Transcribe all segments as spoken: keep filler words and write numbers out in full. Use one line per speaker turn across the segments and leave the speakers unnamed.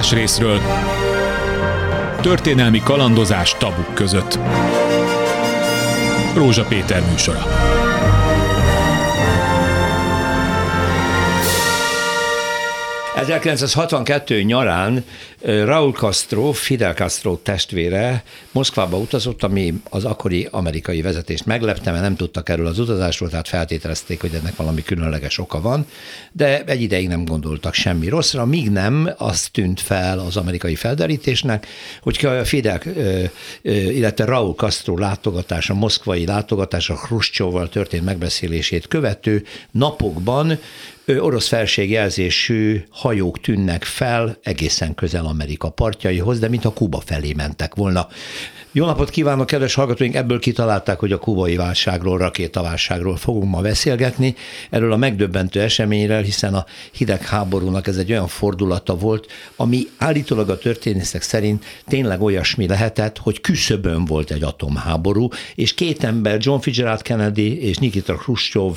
Másrészről történelmi kalandozás tabuk között. Rózsa Péter műsora.
ezerkilencszázhatvankettő nyarán Raúl Castro, Fidel Castro testvére Moszkvába utazott, ami az akkori amerikai vezetést meglepte, mert nem tudtak erről az utazásról, tehát feltételezték, hogy ennek valami különleges oka van, de egy ideig nem gondoltak semmi rosszra, míg nem az tűnt fel az amerikai felderítésnek, hogy Fidel, illetve Raúl Castro látogatása, moszkvai látogatása, Hruscsovval történt megbeszélését követő napokban orosz felségjelzésű hajók tűnnek fel egészen közel Amerika partjaihoz, de mintha Kuba felé mentek volna. Jó napot kívánok, kedves hallgatóink! Ebből kitalálták, hogy a kubai válságról, rakétaválságról fogunk ma beszélgetni, erről a megdöbbentő eseményről, hiszen a hidegháborúnak ez egy olyan fordulata volt, ami állítólag a történészek szerint tényleg olyasmi lehetett, hogy küszöbön volt egy atomháború, és két ember, John Fitzgerald Kennedy és Nikita Hruscsov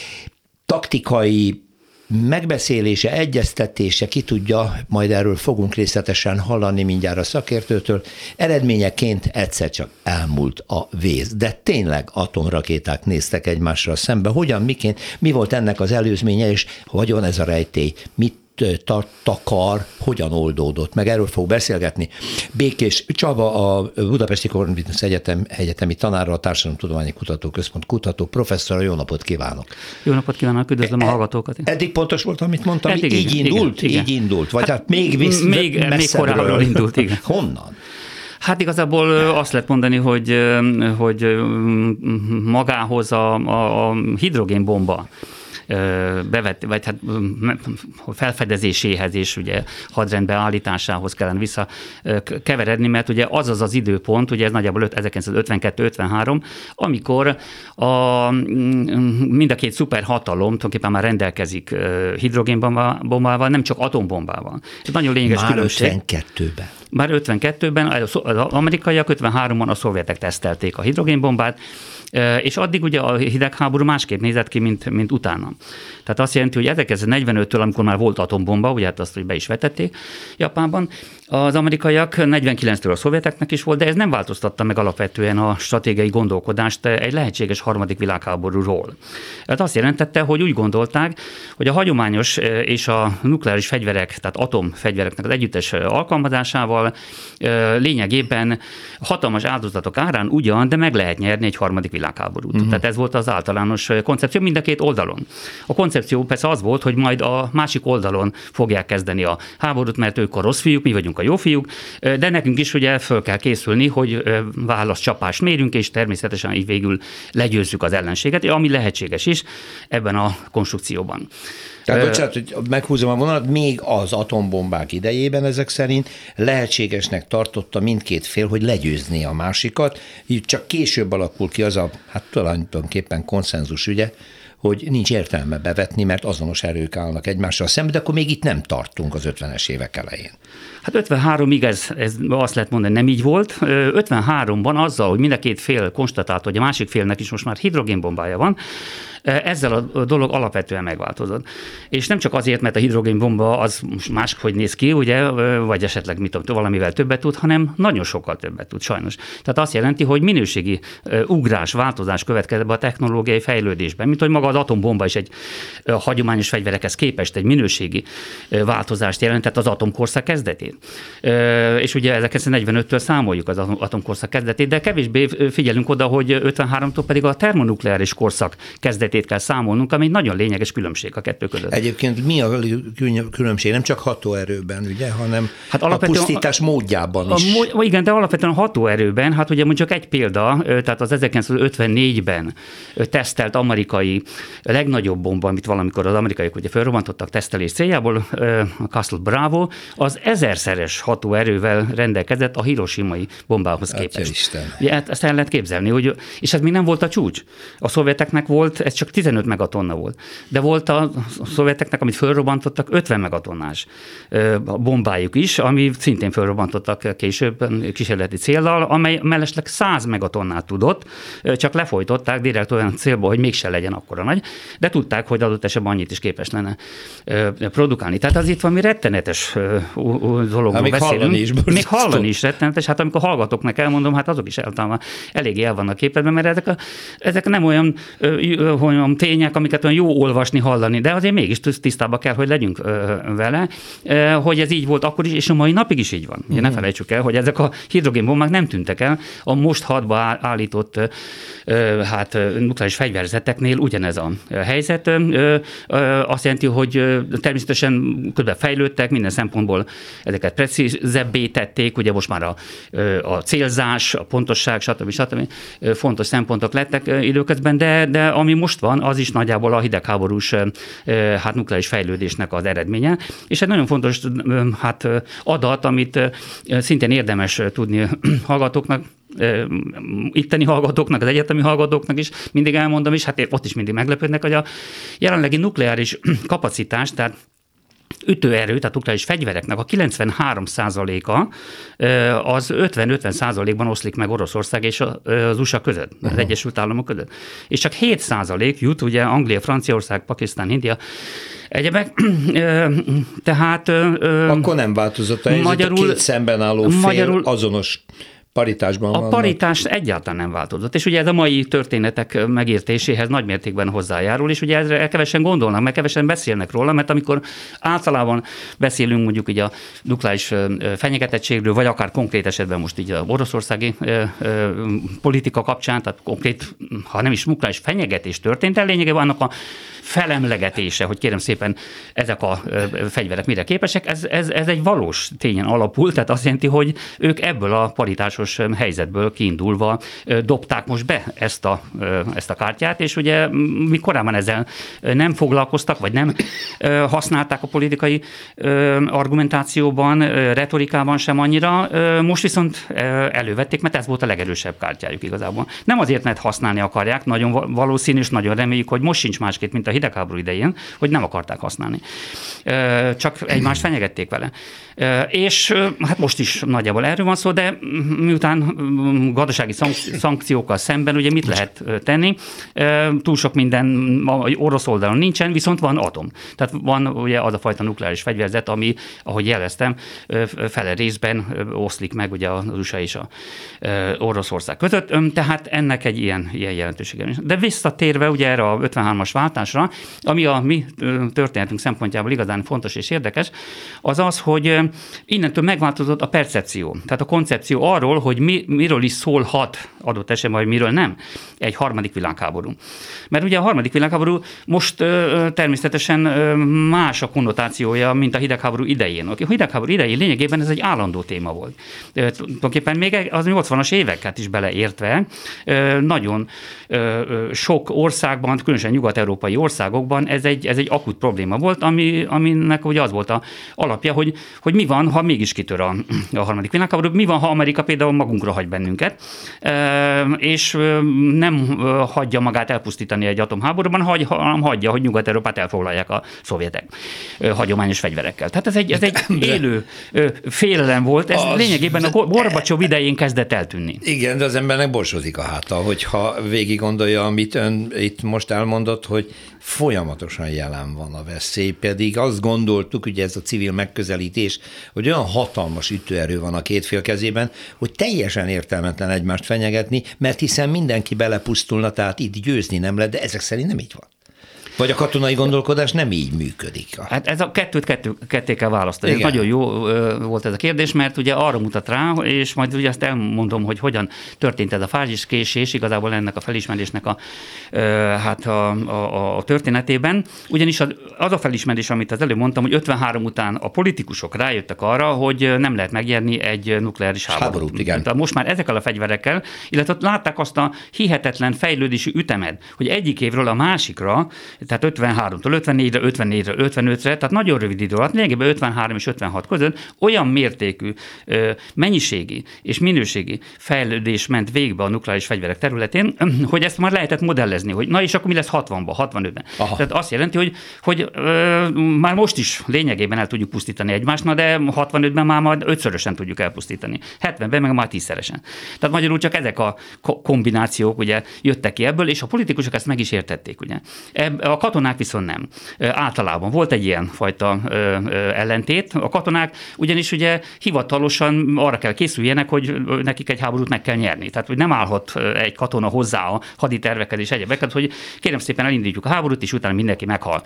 taktikai megbeszélése, egyeztetése, ki tudja, majd erről fogunk részletesen hallani mindjárt a szakértőtől, eredményeként egyszer csak elmúlt a vész. De tényleg atomrakéták néztek egymásra szembe. Hogyan, miként, mi volt ennek az előzménye, és hogyan ez a rejtély, mit takar, hogyan oldódott, meg erről fog beszélgetni. Békés Csaba, a Budapesti Corvinus Egyetem egyetemi tanára, a Társadalomtudományi Kutatóközpont kutató professzora. Jó napot kívánok!
Jó napot kívánok, üdvözlöm a hallgatókat!
Eddig pontos volt, amit mondtam?
Eddig
így
igen,
indult?
Igen,
így indult? Vagy hát, hát még visz,
még, még korábban indult, igen.
Honnan?
Hát igazából azt lehet mondani, hogy, hogy magához a, a, a hidrogénbomba bevet, vagy hát felfedezéséhez és ugye hadrendbe állításához kellene visszakeveredni, mert ugye az az az időpont, ugye ez nagyjából ezerkilencszázötvenkettő ötvenhárom, amikor a, mind a két szuperhatalom tulajdonképpen már rendelkezik hidrogénbombával, nem csak atombombával. Ez nagyon lényeges
már
különbség.
ötvenkettőben.
Már ötvenkettőben, az amerikaiak, ötvenháromban a szovjetek tesztelték a hidrogénbombát, és addig ugye a hidegháború másképp nézett ki, mint, mint utána. Tehát azt jelenti, hogy ezerkilencszáznegyvenöttől, amikor már volt atombomba, ugye hát azt, hogy be is vetették Japánban, az amerikaiak, negyvenkilenctől a szovjeteknek is volt, de ez nem változtatta meg alapvetően a stratégiai gondolkodást egy lehetséges harmadik világháborúról. Ez azt jelentette, hogy úgy gondolták, hogy a hagyományos és a nukleáris fegyverek, tehát atomfegyvereknek az együttes alkalmazásával lényegében hatalmas áldozatok árán ugyan, de meg lehet nyerni egy harmadik világháborút. Uh-huh. Tehát ez volt az általános koncepció mind a két oldalon. A koncepció persze az volt, hogy majd a másik oldalon fogják kezdeni a háborút, mert ők a rossz fiúk, mi vagyunk a jó fiúk, de nekünk is ugye föl kell készülni, hogy válaszcsapást mérünk, és természetesen így végül legyőzzük az ellenséget, ami lehetséges is ebben a konstrukcióban.
Tehát bocsánat, hogy meghúzom a vonalat, még az atombombák idejében ezek szerint lehetségesnek tartotta mindkét fél, hogy legyőzni a másikat, így csak később alakul ki az a, hát tulajdonképpen konszenzus ügye, hogy nincs értelme bevetni, mert azonos erők állnak egymással szemben, de akkor még itt nem tartunk az ötvenes évek elején.
Hát ötvenháromig ez, ez azt lehet mondani, nem így volt. ötvenháromban azzal, hogy mind a két fél konstatálta, hogy a másik félnek is most már hidrogénbombája van, ezzel a dolog alapvetően megváltozott. És nem csak azért, mert a hidrogénbomba az máshogy néz ki, ugye, vagy esetleg mit tudom, valamivel többet tud, hanem nagyon sokkal többet tud, sajnos. Tehát azt jelenti, hogy minőségi ugrás, változás következett be a technológiai fejlődésben, mint hogy maga az atombomba is egy hagyományos fegyverekhez képest egy minőségi változást jelentett az atomkorszak kezdetén. És ugye ezerkilencszáznegyvenöttől számoljuk az atomkorszak kezdetét, de kevésbé figyelünk oda, hogy ötvenháromtól pedig a termonukleáris korszak kezdetét kell számolnunk, ami egy nagyon lényeges különbség a kettő között.
Egyébként mi a különbség? Nem csak hatóerőben, ugye, hanem hát a pusztítás módjában is.
A, igen, de alapvetően a hatóerőben, hát ugye mondjuk egy példa, tehát az ezerkilencszázötvennégyben tesztelt amerikai legnagyobb bomba, amit valamikor az amerikaiak ugye felrobbantottak tesztelés céljából, a Castle Bravo, az ezerszeres hatóerővel rendelkezett a hiroshimai bombához képest.
Isten.
Ja, ezt el lehet képzelni, hogy, és ez még nem volt a csúcs. A szovjeteknek volt, ez csak csak tizenöt megatonna volt. De volt a szovjeteknek, amit fölrobbantottak, ötven megatonnás bombájuk is, ami szintén fölrobbantottak később kísérleti céllal, amely mellesleg száz megatonnát tudott, csak lefolytották direkt olyan célba, hogy mégse legyen akkora nagy, de tudták, hogy adott esetben annyit is képes lenne produkálni. Tehát az itt valami rettenetes dologról
még
beszélünk.
Hallani is
még hallani is rettenetes. Hát amikor hallgatóknak elmondom, hát azok is általában eléggé el vannak képedben, mert ezek, a, ezek nem olyan, olyan tények, amiket olyan jó olvasni, hallani, de azért mégis tisztában kell, hogy legyünk vele, hogy ez így volt akkor is, és a mai napig is így van. Ugye ne felejtsük el, hogy ezek a hidrogénbombák nem tűntek el. A most hadba állított hát, nukleáris fegyverzeteknél ugyanez a helyzet. Azt jelenti, hogy természetesen közben fejlődtek, minden szempontból ezeket precízebbé tették, ugye most már a, a célzás, a pontosság, stb. stb. Fontos szempontok lettek időközben, de, de ami most van, az is nagyjából a hidegháborús hát, nukleáris fejlődésnek az eredménye, és egy nagyon fontos hát, adat, amit szintén érdemes tudni hallgatóknak, itteni hallgatóknak, az egyetemi hallgatóknak is mindig elmondom, és hát ott is mindig meglepődnek, hogy a jelenlegi nukleáris kapacitás, tehát ütőerő, tehát nukleáris fegyvereknek a kilencvenhárom százaléka az ötven-ötven százalékban oszlik meg Oroszország és az u es á között, az uh-huh. Egyesült Államok között. És csak hét százalék jut, ugye Anglia, Franciaország, Pakisztán, India, egyebek. Tehát...
Akkor nem változott a helyzet, magyarul, a két szemben álló fél magyarul, azonos paritásban
a
vannak.
paritás egyáltalán nem változott. És ugye ez a mai történetek megértéséhez nagymértékben hozzájárul, és ugye ezre kevesen gondolnak, mert kevesen beszélnek róla, mert amikor általában beszélünk mondjuk így a nukleáris fenyegetettségről, vagy akár konkrét esetben most így az oroszországi politika kapcsán, tehát konkrét, ha nem is nukleáris fenyegetés történt el, lényegében annak a felemlegetése, hogy kérem szépen ezek a fegyverek mire képesek, ez, ez, ez egy valós tényen alapul, tehát azt jelenti, hogy ők ebből a paritásos helyzetből kiindulva dobták most be ezt a, ezt a kártyát, és ugye mi korábban ezzel nem foglalkoztak, vagy nem használták a politikai argumentációban, retorikában sem annyira, most viszont elővették, mert ez volt a legerősebb kártyájuk igazából. Nem azért, mert használni akarják, nagyon valószínű, és nagyon reméljük, hogy most sincs másképp, mint a hidegháború idején, hogy nem akarták használni. Csak egymást fenyegették vele. És hát most is nagyjából erről van szó, de miután gazdasági szankciókkal szemben ugye mit lehet tenni? Túl sok minden orosz oldalon nincsen, viszont van atom. Tehát van ugye az a fajta nukleáris fegyverzet, ami, ahogy jeleztem, fele részben oszlik meg ugye az u es á és a Oroszország között, tehát ennek egy ilyen, ilyen jelentősége. De visszatérve ugye erre a ötvenhármas váltásra, ami a mi történetünk szempontjából igazán fontos és érdekes, az az, hogy innentől megváltozott a percepció, tehát a koncepció arról, hogy mi, miről is szólhat adott esetben, vagy miről nem egy harmadik világháború. Mert ugye a harmadik világháború most ö, természetesen ö, más a konnotációja, mint a hidegháború idején. A hidegháború idején lényegében ez egy állandó téma volt. Ö, tulajdonképpen még az nyolcvanas éveket is beleértve ö, nagyon ö, sok országban, különösen nyugat-európai országokban ez egy, ez egy akut probléma volt, ami, aminek ugye az volt a alapja, hogy, hogy mi van, ha mégis kitör a, a harmadik világháború, mi van, ha Amerika például magunkra hagy bennünket, és nem hagyja magát elpusztítani egy atomháborúban, hanem hagyja, hogy Nyugat-Európát elfoglalják a szovjetek hagyományos fegyverekkel. Tehát ez egy, ez egy élő félelem volt, ez az, lényegében a Gorbacsov idején kezdett eltűnni.
Igen, de az embernek borsodik a háta, hogyha végig gondolja, amit ön itt most elmondott, hogy folyamatosan jelen van a veszély, pedig azt gondoltuk, ugye ez a civil megközelítés, hogy olyan hatalmas ütőerő van a két fél kezében, hogy teljesen értelmetlen egymást fenyegetni, mert hiszen mindenki belepusztulna, tehát itt győzni nem lehet, de ezek szerint nem így van. Vagy a katonai gondolkodás nem így működik.
Hát ez a kettőt kettő, ketté kell választani. Ez nagyon jó volt ez a kérdés, mert ugye arra mutat rá, és majd ugye azt elmondom, hogy hogyan történt ez a fáziskésés, igazából ennek a felismerésnek a, hát a, a, a történetében. Ugyanis az, az a felismerés, amit az előbb mondtam, hogy ötvenhárom után a politikusok rájöttek arra, hogy nem lehet megnyerni egy nukleáris háborút. háborút igen. Tehát most már ezekkel a fegyverekkel, illetve látták azt a hihetetlen fejlődési ütemet, hogy egyik évről a másikra tehát ötvenháromtól ötvennégyre, ötvennégyre, ötvenötre, tehát nagyon rövid idő alatt, lényegében ötvenhárom és ötvenhat között olyan mértékű mennyiségi és minőségi fejlődés ment végbe a nukleáris fegyverek területén, hogy ezt már lehetett modellezni, hogy na és akkor mi lesz hatvanban, hatvanötben. Aha. Tehát azt jelenti, hogy, hogy ö, már most is lényegében el tudjuk pusztítani egymást, na de hatvanötben már majd ötszörösen tudjuk elpusztítani. hetvenben meg már tízszeresen. Tehát magyarul csak ezek a kombinációk ugye jöttek ki ebből, és a politikusok ezt meg is értették. Ugye. A katonák viszont nem. Általában volt egy ilyen fajta ellentét. A katonák ugyanis ugye hivatalosan arra kell készüljenek, hogy nekik egy háborút meg kell nyerni. Tehát, hogy nem állhat egy katona hozzá a haditerveket és egyebeket, hogy kérem szépen elindítjuk a háborút, és utána mindenki meghal.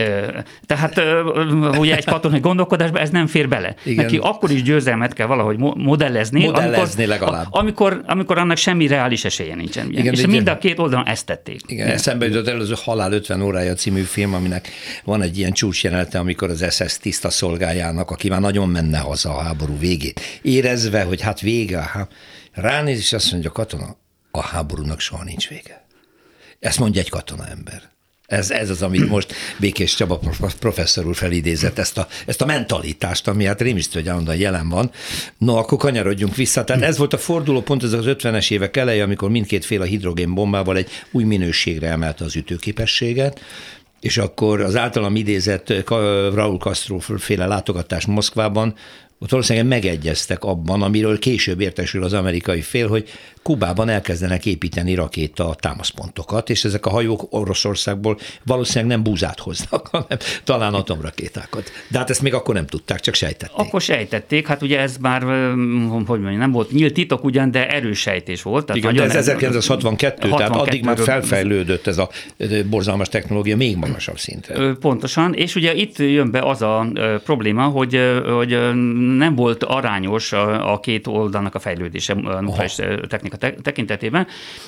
Tehát ugye egy katonai gondolkodásban ez nem fér bele. Igen. Neki akkor is győzelmet kell valahogy modellezni,
modellezni
amikor,
legalább.
Amikor, amikor annak semmi reális esélye nincsen. Igen, és mind a két oldalon ezt tették.
Igen, eszembe jutott előző Halál ötven órája című film, aminek van egy ilyen csúcsjelenete, amikor az es es tiszta szolgájának, aki már nagyon menne haza a háború végét, érezve, hogy hát vége, hát ránéz, és azt mondja, katona, a háborúnak soha nincs vége. Ezt mondja egy katona ember. Ez, ez az, amit most Békés Csaba professzor úr felidézett, ezt a, ezt a mentalitást, ami hát rémisztő, hogy állandóan jelen van. No, akkor kanyarodjunk vissza. Tehát ez volt a fordulópont, ez az ötvenes évek eleje, amikor mindkét fél a hidrogénbombával egy új minőségre emelte az ütőképességet, és akkor az általam idézett Raúl Castro féle látogatás Moszkvában, ott valószínűleg megegyeztek abban, amiről később értesül az amerikai fél, hogy Kubában elkezdenek építeni rakéta támaszpontokat, és ezek a hajók Oroszországból valószínűleg nem búzát hoznak, hanem talán atomrakétákat. De hát ezt még akkor nem tudták, csak sejtették.
Akkor sejtették, hát ugye ez már, hogy mondjam, nem volt nyílt titok ugyan, de erős sejtés volt. Tehát
igen, de ez ezerkilencszázhatvankettő, tehát addig már felfejlődött ez a borzalmas technológia még magasabb szintre.
Pontosan, és ugye itt jön be az a probléma, hogy, hogy nem volt arányos a két oldalnak a fejlődése a nukleáris technika tekintetében.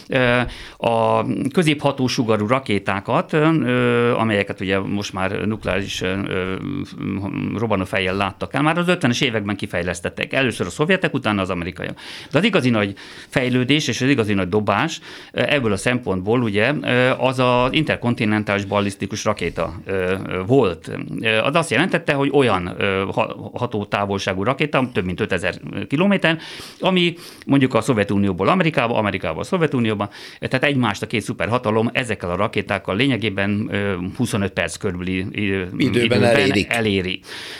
A középhatósugarú rakétákat, amelyeket ugye most már nukleáris robbanófejjel láttak el, már az ötvenes években kifejlesztettek. Először a szovjetek, utána az amerikaiak. De az igazi nagy fejlődés és az igazi nagy dobás ebből a szempontból ugye az az interkontinentális ballisztikus rakéta volt. Az azt jelentette, hogy olyan hatótávolságú rakéta, több mint ötezer kilométer, ami mondjuk a Szovjetunióból Amerikába, Amerikába a Szovjetunióba, tehát egymást a két szuperhatalom ezekkel a rakétákkal lényegében huszonöt perc körüli időben, időben elérik. eléri.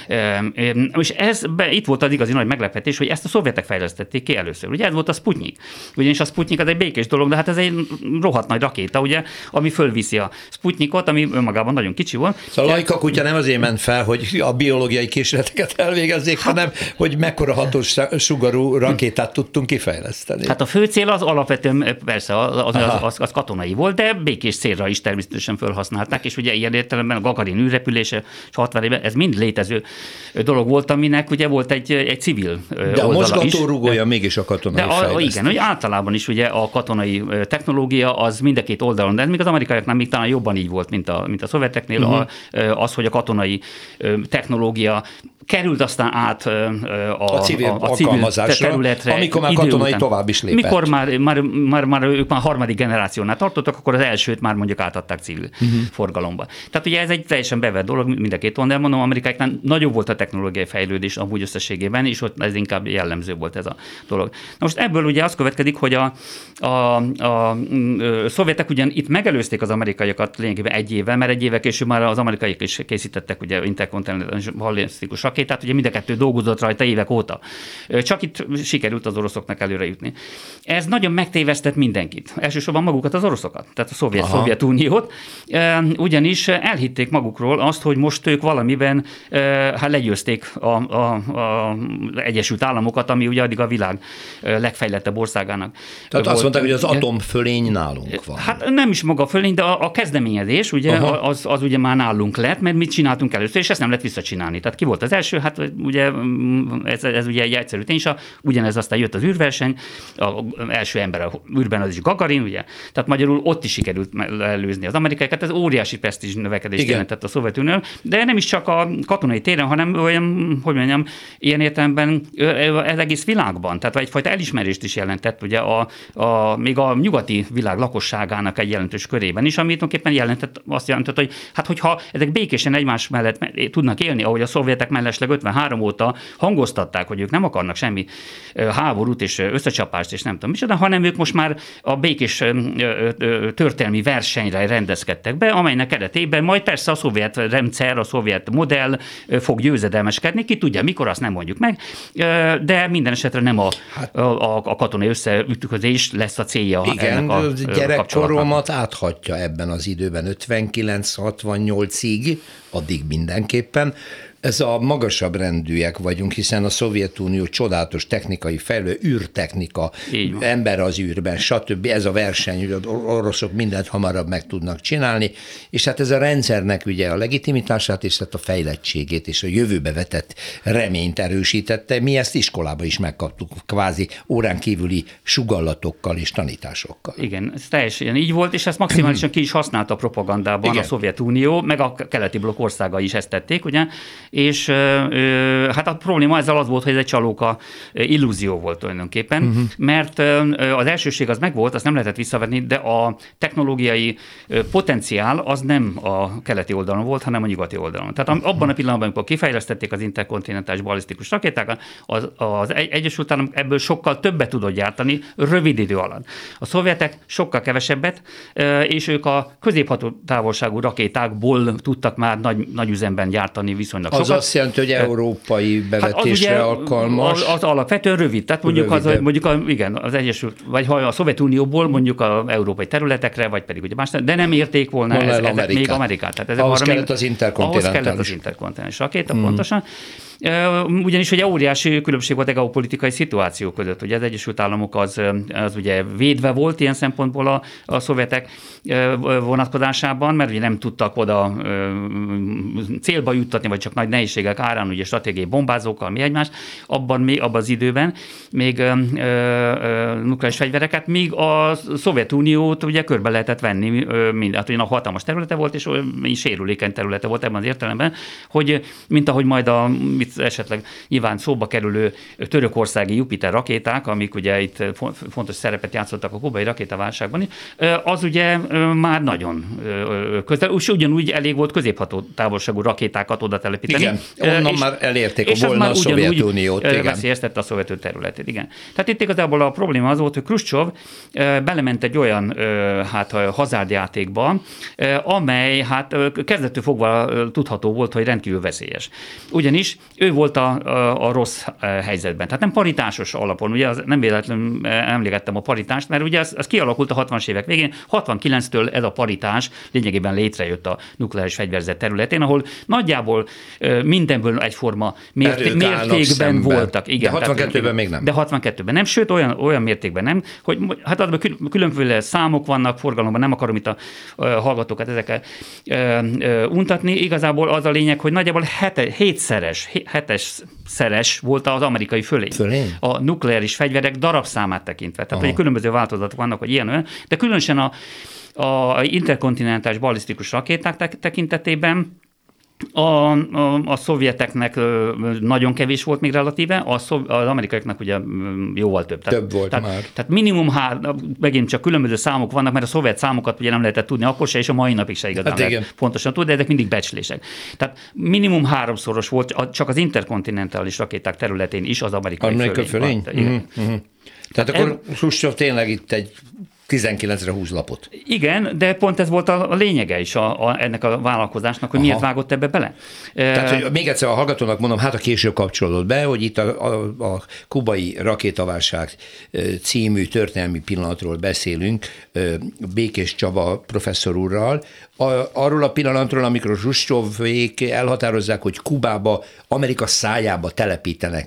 És ez, be, itt volt az igazi nagy meglepetés, hogy ezt a szovjetek fejlesztették ki először. Ugye ez volt a Sputnik. Ugyanis a Sputnik az egy békés dolog, de hát ez egy rohadt nagy rakéta, ugye, ami fölviszi a Sputnikot, ami önmagában nagyon kicsi volt.
Szóval a Lajka kutya nem azért ment fel, hogy a biológiai kísérleteket elvégezzék, hanem hogy mekkora hatós sugarú rakétát tudtunk kifejleszteni.
Hát a fő cél az alapvetően persze az, az, az, az katonai volt, de békés célra is természetesen felhasználták, és ugye ilyen értelemben a Gagarin űrrepülése és hatvan évben, ez mind létező dolog volt, aminek ugye volt egy, egy civil
de a mozgatórugója mégis a katonai fejlesztés.
Igen, hogy általában is ugye a katonai technológia az mind a két oldalon, de ez még az amerikaiaknál még talán jobban így volt, mint a, mint a szovjeteknél, uh-huh. az, hogy a katonai technológia került aztán át a,
a civil, a, a civil területre. Amikor már katonai után. Tovább is lépett.
Mikor már, már, már, már ők már harmadik generációnál tartottak, akkor az elsőt már mondjuk átadták civil uh-huh. forgalomba. Tehát ugye ez egy teljesen bevett dolog, mind a két oldalon, mondom, Amerikáknál nagyobb volt a technológiai fejlődés amúgy összességében, és ott ez inkább jellemző volt ez a dolog. Na most ebből ugye az következik, hogy a, a, a, a szovjetek ugyan itt megelőzték az amerikaiakat lényegében egy évvel, mert egy évvel később már az amerikaiak is készítettek ugye interkontinentális ballisztikus rakétát, ugye mind a kettő dolgozott rajta évek óta. Csak itt sikerült az oroszoknak előre jutni. Ez nagyon megtévesztett mindenkit. Elsősorban magukat az oroszokat, tehát a Szovjet, Szovjetuniót, ugyanis elhitték magukról azt, hogy most ők valamiben hát legyőzték a, a, a Egyesült Államokat, ami ugye addig a világ legfejlettebb országának.
Tehát volt. Azt mondták, hogy az atomfölény nálunk van.
Hát nem is maga a fölény, de a, a kezdeményezés ugye az, az ugye már nálunk lett, mert mit csináltunk először, és ezt nem lehet visszacsinálni. Tehát ki volt az első? első, hát ugye ez, ez ugye egy egyszerű tény, és ugyanez aztán jött az űrverseny, az első ember a űrben az is Gagarin, ugye? Tehát magyarul ott is sikerült előzni az amerikaiakat, ez óriási presztízs növekedést jelentett a Szovjetunió, de nem is csak a katonai téren, hanem olyan, hogy mondjam, ilyen értelemben az egész világban, tehát egyfajta elismerést is jelentett, ugye a, a, még a nyugati világ lakosságának egy jelentős körében is, ami tulajdonképpen jelentett, azt jelentett, hogy hát hogyha ezek békésen egymás mellett tudnak élni, ahogy a szovjetek mellesleg ötvenhárom óta hangoztatták, hogy ők nem akarnak semmi háborút és összecsapást és nem tudom micsoda, hanem ők most már a békés történelmi versenyre rendezkedtek be, amelynek keretében majd persze a szovjet rendszer, a szovjet modell fog győzedelmeskedni, ki tudja mikor, azt nem mondjuk meg, de minden esetre nem a, a, a katonai összeütközés lesz a célja.
Igen,
ennek a
gyerekkoromat áthatja ebben az időben, ötvenkilenc hatvannyolcig, addig mindenképpen. Ez a magasabb rendűek vagyunk, hiszen a Szovjetunió csodálatos technikai fejlő, űrtechnika, ember az űrben, stb. Ez a verseny, hogy az oroszok mindent hamarabb meg tudnak csinálni, és hát ez a rendszernek ugye a legitimitását, és hát a fejlettségét, és a jövőbe vetett reményt erősítette. Mi ezt iskolában is megkaptuk, kvázi órán kívüli sugallatokkal és tanításokkal.
Igen, ez teljesen így volt, és ezt maximálisan ki is használta a propagandában. Igen. A Szovjetunió, meg a keleti blokk országai is ezt tették, ugye? És hát a probléma ezzel az volt, hogy ez egy csalóka illúzió volt tulajdonképpen, uh-huh. mert az elsőség az megvolt, azt nem lehetett visszavenni, de a technológiai potenciál az nem a keleti oldalon volt, hanem a nyugati oldalon. Tehát abban a pillanatban, amikor kifejlesztették az interkontinentális balisztikus rakétákat, az, az Egyesült Államok ebből sokkal többet tudott gyártani rövid idő alatt. A szovjetek sokkal kevesebbet, és ők a középható távolságú rakétákból tudtak már nagy, nagy üzemben gyártani viszonylag sokat.
Az azt jelenti, hogy európai bevetésre hát az alkalmas.
Az, az alapvetően rövid. Tehát mondjuk, az, mondjuk a, igen, az Egyesült, vagy ha a Szovjetunióból mondjuk az európai területekre, vagy pedig ugye más, de nem érték volna ez, ezek Amerikát. még Amerikát. Tehát ezek
ahhoz kellett
még,
az interkontinentális.
Ahhoz kellett az interkontinentális rakéta, hmm. pontosan. Ugyanis ugye óriási különbség volt a geopolitikai szituáció között. Ugye az Egyesült Államok az, az ugye védve volt ilyen szempontból a, a szovjetek vonatkozásában, mert ugye nem tudtak oda célba juttatni, vagy csak nagy nehézségek árán, ugye stratégiai bombázókkal, mi egymást, abban, még, abban az időben még ö, ö, nukleáris fegyvereket, míg a Szovjetuniót ugye körbe lehetett venni, mind, hát ugyan a hatalmas területe volt, és sérülékeny területe volt ebben az értelemben, hogy mint ahogy majd a esetleg nyilván szóba kerülő törökországi Jupiter rakéták, amik ugye itt fontos szerepet játszottak a kubai rakétaválságban is, az ugye már nagyon közel, és ugyanúgy elég volt középható távolságú rakétákat oda telepíteni.
Igen, onnan és, már elérték a volna a Szovjetuniót.
Veszélyeztette a Szovjetunió területét, igen. Tehát itt igazából a probléma az volt, hogy Kruscsov belement egy olyan hát, hazárdjátékba, amely hát kezdettől fogva tudható volt, hogy rendkívül veszélyes. Ugyanis ő volt a, a, a rossz helyzetben. Tehát nem paritásos alapon, ugye az nem véletlenül emlékeztem a paritást, mert ugye az, az kialakult a hatvanas évek végén, hatvankilenctől ez a paritás lényegében létrejött a nukleáris fegyverzet területén, ahol nagyjából mindenből egyforma mérté- mértékben voltak. Igen,
de hatvankettőben még nem.
De hatvankettőben nem, sőt olyan, olyan mértékben nem, hogy hát azban különféle számok vannak forgalomban, nem akarom itt a, a hallgatókat ezekkel untatni. Igazából az a lényeg, hogy nagyjából hete, hétszeres, hetesszeres volt az amerikai fölé. fölé. A nukleáris fegyverek darabszámát tekintve. Tehát hogy különböző változatok vannak, hogy ilyen olyan, de különösen a, a interkontinentális balisztikus rakéták tekintetében A, a, a szovjeteknek nagyon kevés volt még relatíve, a szov, az amerikaiaknak ugye jóval több.
Több volt
tehát,
már.
Tehát minimum, há, megint csak különböző számok vannak, mert a szovjet számokat ugye nem lehetett tudni akkor se, és a mai napig se igazán hát lehet pontosan tudni, de ezek mindig becslések. Tehát minimum háromszoros volt csak az interkontinentális rakéták területén is az amerikai
Amerika
fölény.
fölény? Uh-huh, uh-huh. Tehát hát akkor Kruscsov tényleg itt egy tizenkilencre húsz lapot.
Igen, de pont ez volt a lényege is a, a, ennek a vállalkozásnak, hogy Aha. miért vágott ebbe bele.
Tehát, hogy még egyszer a hallgatónak mondom, hát a később kapcsolódott be, hogy itt a, a, a kubai rakétaválság című történelmi pillanatról beszélünk Békés Csaba professzor úrral, a, arról a pillanatról, amikor Kruscsovék elhatározzák, hogy Kubába, Amerika szájába telepítenek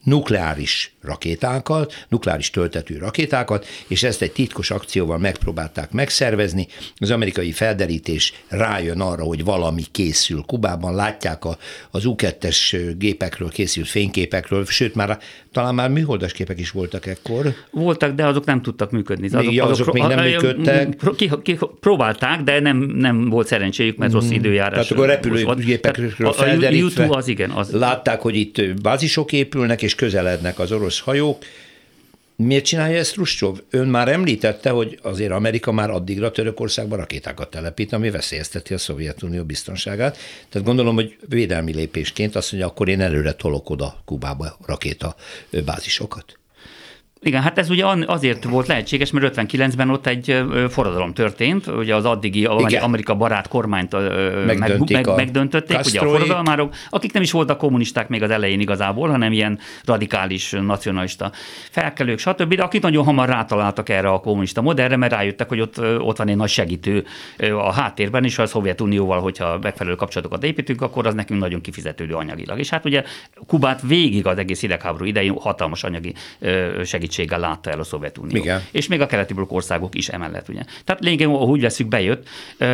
nukleáris rakétákat, nukleáris töltető rakétákat, és ezt egy titkos akcióval megpróbálták megszervezni. Az amerikai felderítés rájön arra, hogy valami készül Kubában, látják a, az U kettes gépekről készült fényképekről, sőt már talán már műholdas képek is voltak ekkor.
Voltak, de azok nem tudtak működni.
Azok, még, azok, azok még nem működtek.
Ki, ki, próbálták, de nem, nem volt szerencséjük, mert rossz időjárás.
Tehát akkor repülőgépekről felderítve
a, a az, igen, az.
látták, hogy itt bázisok épülnek, és közelednek az orosz hajók. Miért csinálja ezt Hruscsov? Ön már említette, hogy azért Amerika már addigra Törökországban rakétákat telepít, ami veszélyezteti a Szovjetunió biztonságát. Tehát gondolom, hogy védelmi lépésként azt mondja, akkor én előre tolok oda Kubába rakéta bázisokat.
Igen, hát ez ugye azért volt lehetséges, mert ötvenkilencben ott egy forradalom történt, ugye az addigi Igen. Amerika barát kormányt Megdöntik meg, meg, megdöntötték, ugye a forradalmárok, akik nem is voltak kommunisták még az elején igazából, hanem ilyen radikális, nacionalista felkelők, stb., de akik nagyon hamar rátaláltak erre a kommunista modellre, mert rájöttek, hogy ott, ott van egy nagy segítő a háttérben is, a Szovjetunióval, hogyha megfelelő kapcsolatokat építünk, akkor az nekünk nagyon kifizetődő anyagilag. És hát ugye Kubát végig az egész hidegháború idején hatalmas anyagi segítséggel látta el a Szovjetunió.
Igen.
És még a keleti blokk országok is emellett. Ugye. Tehát lényegében, úgy veszük, bejött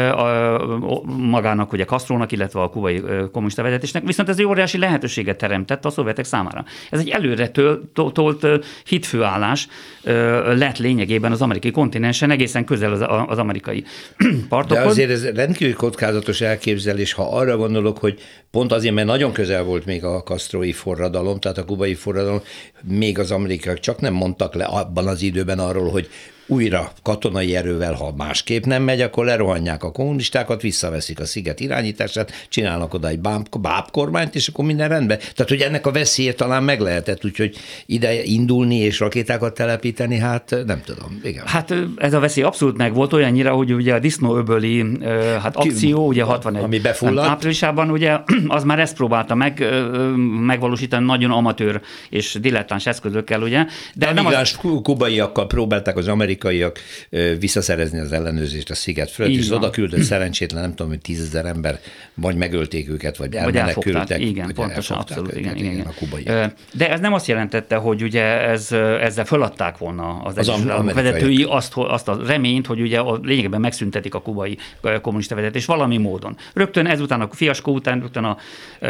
a, magának, ugye Castrónak, illetve a kubai kommunista vezetésnek, viszont ez egy óriási lehetőséget teremtett a szovjetek számára. Ez egy előre tolt hitfőállás lett lényegében az amerikai kontinensen, egészen közel az, az amerikai partokhoz.
De azért ez rendkívül kockázatos elképzelés, ha arra gondolok, hogy pont azért, mert nagyon közel volt még a kastrói forradalom, tehát a kubai forradalom, még az amerikaiak csak nem mondtak le abban az időben arról, hogy újra katonai erővel, ha másképp nem megy, akkor lerohanják a kommunistákat, visszaveszik a sziget irányítását, csinálnak oda egy bábkormányt, és akkor minden rendben. Tehát, hogy ennek a veszélye talán meg lehetett, úgyhogy ide indulni és rakétákat telepíteni, hát nem tudom. Igen.
Hát ez a veszély abszolút meg volt olyannyira, hogy ugye a disznóöböli hát akció, ugye hatvanegy
ami befulladt.
áprilisában, ugye az már ezt próbálta meg, megvalósítani nagyon amatőr és dilettáns eszközökkel, ugye.
De a migráns az... kubaiakkal próbálták az amerikai amerikaiak visszaszerezni az ellenőrzést a sziget fölött, és oda küldött szerencsétlen, nem tudom, hogy tízezer ember, vagy megölték őket, vagy elmenekültek.
Igen,
vagy
pontosan, abszolút,
őket,
igen, igen, igen.
A kubaiak.
De ez nem azt jelentette, hogy ugye ez, ezzel föladták volna az, az Egyesült vezetői azt, azt a reményt, hogy ugye a lényegében megszüntetik a kubai kommunista vezetést valami módon. Rögtön ezután, a fiaskó után, rögtön a,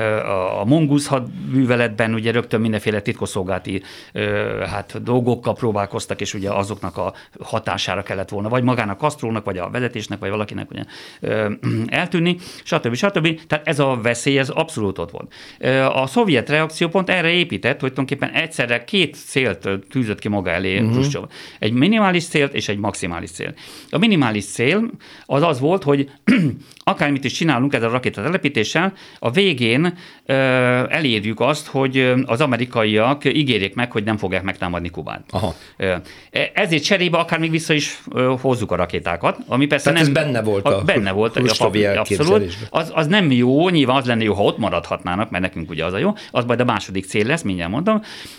a, a mongusz hadműveletben ugye rögtön mindenféle titkosszolgálati hát, dolgokkal próbálkoztak, és ugye azoknak a hatására kellett volna, vagy magának Castrónak, vagy a vezetésnek, vagy valakinek ugye, eltűnni, stb. stb. Tehát ez a veszély, ez abszolút ott volt. A szovjet reakció pont erre épített, hogy tulajdonképpen egyszerre két célt tűzött ki maga elé Hruscsov. Uh-huh. Egy minimális célt és egy maximális cél. A minimális cél az az volt, hogy akármit is csinálunk ezzel a rakétatelepítéssel, a végén elérjük azt, hogy az amerikaiak ígérjék meg, hogy nem fogják megtámadni Kubát.
Aha.
Ezért cserébe akár még vissza is hozzuk a rakétákat, ami persze
Tehát
nem...
ez benne volt a,
benne volt,
Hruscsovi
abszolút. Az, az nem jó, nyilván az lenne jó, ha ott maradhatnának, mert nekünk ugye az a jó, az majd a második cél lesz, mindjárt mondom,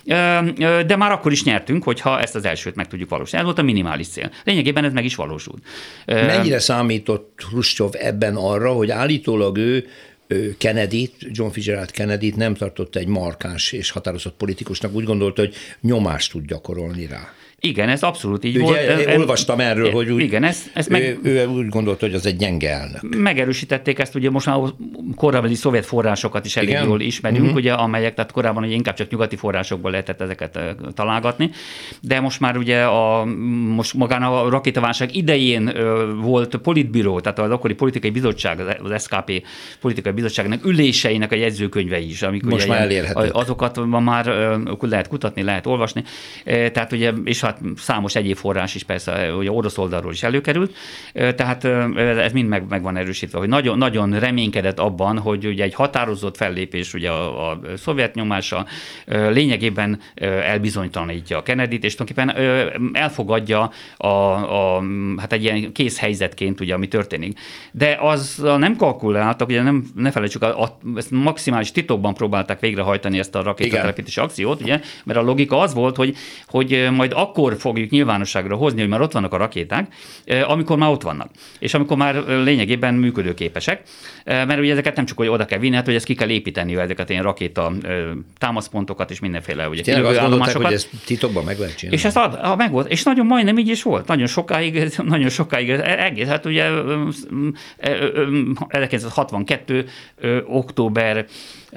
de már akkor is nyertünk, hogyha ezt az elsőt meg tudjuk valósítani. Ez volt a minimális cél. Lényegében ez meg is valósult.
Mennyire számított Hruscsov ebben arra, hogy állítólag ő Kennedy-t, John Fitzgerald Kennedy-t nem tartotta egy markáns és határozott politikusnak, úgy gondolta, hogy nyomást tud gyakorolni rá.
Igen, ez abszolút így
Ugye,
volt.
Én olvastam erről, hogy úgy,
igen, ez, ez meg,
ő, ő úgy gondolta, hogy az egy gyenge elnök.
Megerősítették ezt, ugye most már korábbi szovjet forrásokat is elég igen? jól ismerünk, uh-huh. ugye, amelyek, tehát korábban ugye inkább csak nyugati forrásokból lehetett ezeket találgatni, de most már ugye a, most magán a rakétaválság idején volt politbíró, tehát az akkori politikai bizottság, az es ká pé politikai bizottságnak üléseinek a jegyzőkönyvei is, amik
most
ugye
már elérhetők.
Azokat már lehet kutatni, lehet olvasni, tehát ugye, és hát számos egyéb forrás is persze, ugye orosz oldalról is előkerült, tehát ez mind meg, meg van erősítve, hogy nagyon, nagyon reménykedett abban, hogy ugye egy határozott fellépés ugye a, a szovjet nyomása lényegében elbizonytalanítja a Kennedyt, és tulajdonképpen elfogadja a, a, hát egy ilyen kész helyzetként, ugye, ami történik. De az nem kalkuláltak, ugye nem, ne felejtsük, a, a, ezt maximális titokban próbálták végrehajtani ezt a rakétatelepítési akciót, ugye, mert a logika az volt, hogy, hogy majd akkor akkor fogjuk nyilvánosságra hozni, hogy már ott vannak a rakéták, amikor már ott vannak. És amikor már lényegében működőképesek, mert ugye ezeket nem csak, hogy oda kell vinni, hát hogy ezt ki kell építeni, ezeket ilyen rakéta támaszpontokat és mindenféle ugye
tényleg azt gondolták, hogy ezt titokban meg lehet csinálni.
És ez ad, ha meg volt, és nagyon majdnem így is volt. Nagyon sokáig, nagyon sokáig egész, hát ugye ezerkilencszázhatvankettő október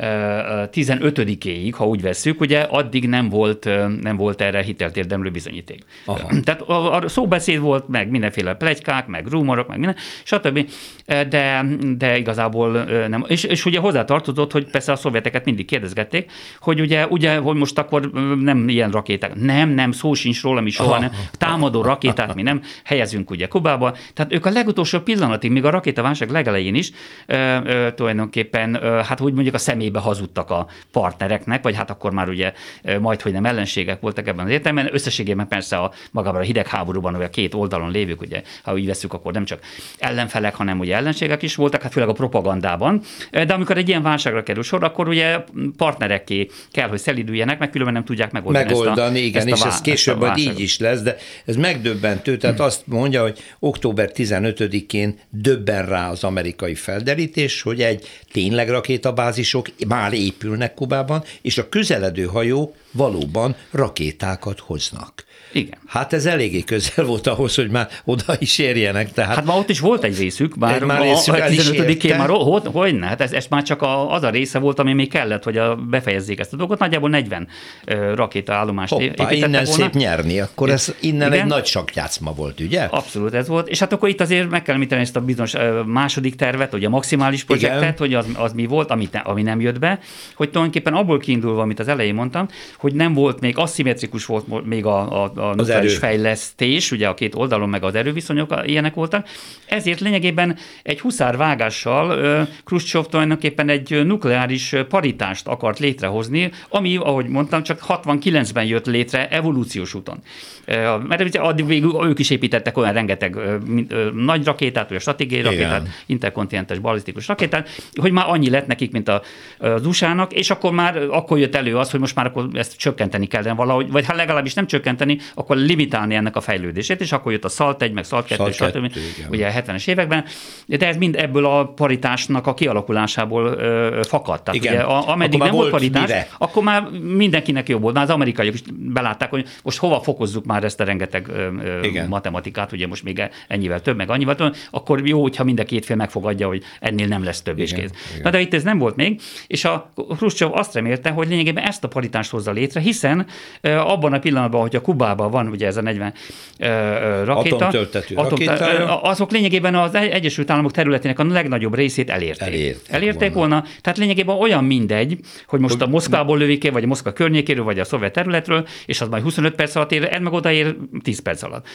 tizenötödikéig, ha úgy vesszük, ugye addig nem volt, nem volt erre hitelt érdemlő bizonyíték. Aha. Tehát a, a szóbeszéd volt, meg mindenféle pletykák, meg rumorok, meg minden, stb. De, de igazából nem. És, és ugye hozzátartozott, hogy persze a szovjeteket mindig kérdezgették, hogy ugye, ugye, hogy most akkor nem ilyen rakéták. Nem, nem, szó sincs róla, mi soha nem. Támadó rakétát mi nem helyezünk ugye Kubába. Tehát ők a legutolsó pillanatig, még a rakétaválság legelején is ö, ö, tulajdonképpen, ö, hát úgy mondjuk a személybe hazudtak a partnereknek, vagy hát akkor már ugye majd, hogy nem ellenségek voltak ebben az értelemben. Összességében persze a magában a hidegháborúban, vagy a két oldalon lévők, ugye, ha úgy veszük, akkor nem csak ellenfelek, hanem ugye ellenségek is voltak, hát főleg a propagandában. De amikor egy ilyen válságra kerül sor, akkor ugye partnerekké kell, hogy szelidüljenek, meg különben nem tudják megoldani,
megoldani
ezt a,
igen,
ezt a,
és ez később majd így is lesz, de ez megdöbbentő, tehát azt mondja, hogy október tizenötödikén döbben rá az amerikai felderítés, hogy egy tényleg rakétabázisok már épülnek Kubában, és a közeledő hajók valóban rakétákat hoznak.
Igen.
Hát ez eléggé közel volt ahhoz, hogy már oda is érjenek. Tehát
hát már ott is volt egy részük, bár
már
a, a tizenötödikén már hogy, hogy ne, hát ez, ez már csak a, az a része volt, ami még kellett, hogy a, befejezzék ezt a dolgot. Nagyjából negyven uh, rakétaállomást
Hoppá,
építettek
innen
volna.
Szép nyerni, akkor ez innen
igen?
Egy nagy sakkjátszma volt, ugye?
Abszolút ez volt, és hát akkor itt azért meg kell említeni ezt a bizonyos uh, második tervet, ugye a maximális projektet, igen. hogy az, az mi volt, ami, ne, ami nem jött be, hogy tulajdonképpen abból kiindulva, amit az elején mondtam, hogy nem volt még, aszimmetrikus volt még a, a, a nukleáris fejlesztés, ugye a két oldalon meg az erőviszonyok ilyenek voltak, ezért lényegében egy huszárvágással Kruscsov tulajdonképpen egy nukleáris paritást akart létrehozni, ami, ahogy mondtam, csak hatvankilencben jött létre evolúciós úton. Mert addig végül ők is építettek olyan rengeteg nagy rakétát, vagy a stratégiai rakétát, igen. interkontinentális balisztikus rakétát, hogy már annyi lett nekik, mint a, az u es á-nak, és akkor már akkor jött elő az, hogy most már akkor ezt csökkenteni kellene valahogy, vagy ha legalábbis nem csökkenteni, akkor limitálni ennek a fejlődését, és akkor jött a szalt egy, meg szalt kettő, stb. Ugye a hetvenes években, de ez mind ebből a paritásnak a kialakulásából ö, fakadt. Tehát igen. ugye a, ameddig nem volt paritás, mire? Akkor már mindenkinek jobb volt. Már az amerikaiak is belátták, hogy most hova fokozzuk már ezt a rengeteg ö, matematikát, ugye most még ennyivel több, meg annyival több, akkor jó, hogyha mind a két fél megfogadja, hogy ennél nem lesz több, igen, és kész. Igen. Na de itt ez nem volt még, és a Kruscsov azt remélte, hogy lényegében ezt a paritást hozza létre, hiszen ö, abban a pillanatban, hogy a Kubában van ugye ez a negyven ö, rakéta,
atomtöltető rakétája,
azok lényegében az Egyesült Államok területének a legnagyobb részét elérték. Elért, Elérték volna. volna. Tehát lényegében olyan mindegy, hogy most a Moszkvából lövik, vagy a Moszkva környékéről, vagy a szovjet területről, és az majd huszonöt perc alatt ér, ez meg odaér tíz perc alatt.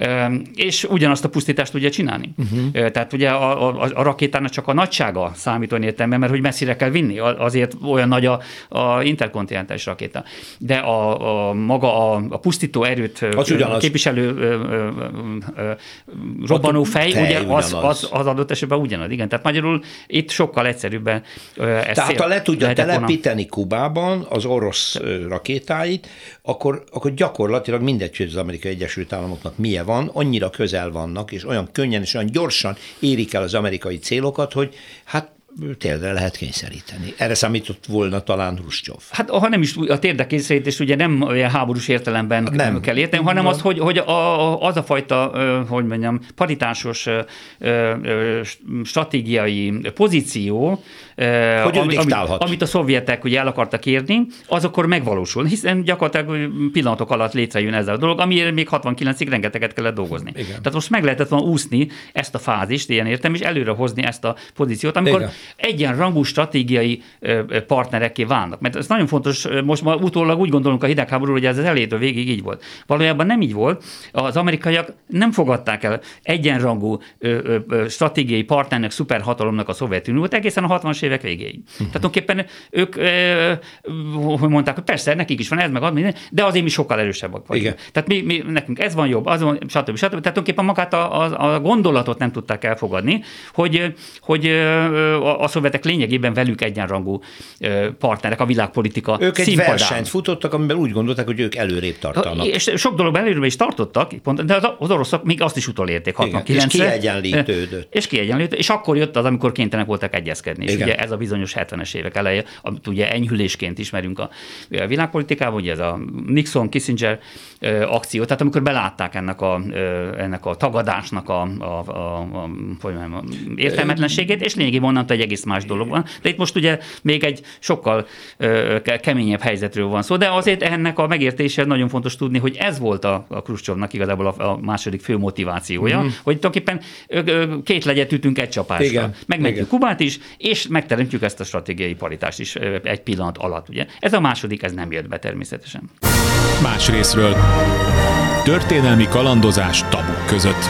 És ugyanazt a pusztítást tudja csinálni. Uh-huh. Tehát ugye a, a, a rakétának csak a nagysága számít olyan értelemben, mert hogy messzire kell vinni, azért olyan nagy a, a interkontinentális rakéta. De a, a maga a, a pusztító erőt a képviselő ö, ö, ö, robbanó fej, fej ugye az, az, az adott esetben ugyanaz. Igen, tehát magyarul itt sokkal egyszerűbben ezt
tehát ha le tudja telepíteni Kubában az orosz rakétáit, akkor, akkor gyakorlatilag mindegy, hogy az Amerikai Egyesült Államoknak milyen van, annyira közel vannak, és olyan könnyen és olyan gyorsan érik el az amerikai célokat, hogy hát térdre lehet kényszeríteni. Erre számított volna talán Hruscsov.
Hát ha nem is a térdre kényszerítés, ugye nem olyan háborús értelemben nem kell érteni, hanem az, hogy, hogy a, az a fajta, hogy mondjam, paritásos stratégiai pozíció,
hogy
amit, amit a szovjetek ugye el akartak érni, az akkor megvalósul, hiszen gyakorlatilag pillanatok alatt létrejön ez a dolog, amire még hatvankilencig rengeteget kellett dolgozni. Igen. Tehát most meg lehetett volna úszni ezt a fázist, ilyen értem, és előre hozni ezt a pozíciót, amikor igen. egyenrangú stratégiai partnerekké válnak. Mert ez nagyon fontos, most már utólag úgy gondolunk a hidegháborúról, hogy ez az elejétől végig így volt. Valójában nem így volt. Az amerikaiak nem fogadták el egyenrangú stratégiai partnernek, szuperhatalomnak a Szovjetuniót. Egészen a hatvanas hetvenes évek végéig. Uh-huh. Tehát tulajdonképpen ők, hogy mondták, hogy persze, nekik is van ez, meg az, de azért mi sokkal erősebbek vagyunk. Tehát mi, mi, nekünk ez van jobb, az van, stb. stb. Tehát tulajdonképpen magát a, a, a gondolatot nem tudták elfogadni, hogy, hogy a, a szovjetek lényegében velük egyenrangú partnerek a világpolitika
Ők egy
színpadán.
versenyt futottak, amiben úgy gondolták, hogy ők előrébb tartanak.
És sok dologban előrébb is tartottak, de az oroszok még azt is utolérték hatvankilencre.
És kiegyenlítődött.
És kiegyenlítődött, és akkor jött az, amikor kénytelenek voltak egyezkedni. És ugye ez a bizonyos hetvenes évek eleje, amit ugye enyhülésként ismerünk a világpolitikában, ugye ez a Nixon-Kissinger akció, tehát amikor belátták ennek a, ennek a tagadásnak a, a, a, a, a értelmetlenségét, és lényegében onnantól egy egész más dolog van. De itt most ugye még egy sokkal keményebb helyzetről van szó, de azért ennek a megértése nagyon fontos tudni, hogy ez volt a, a Kruscsovnak igazából a, a második fő motivációja, mm-hmm. hogy tulajdonképpen két legyet ütünk egy csapásra. Megmentjük Kubát is, és megteremtjük ezt a stratégiai paritást is egy pillanat alatt. Ugye? Ez a második, ez nem jött be természetesen.
Más részről történelmi kalandozás tabuk között.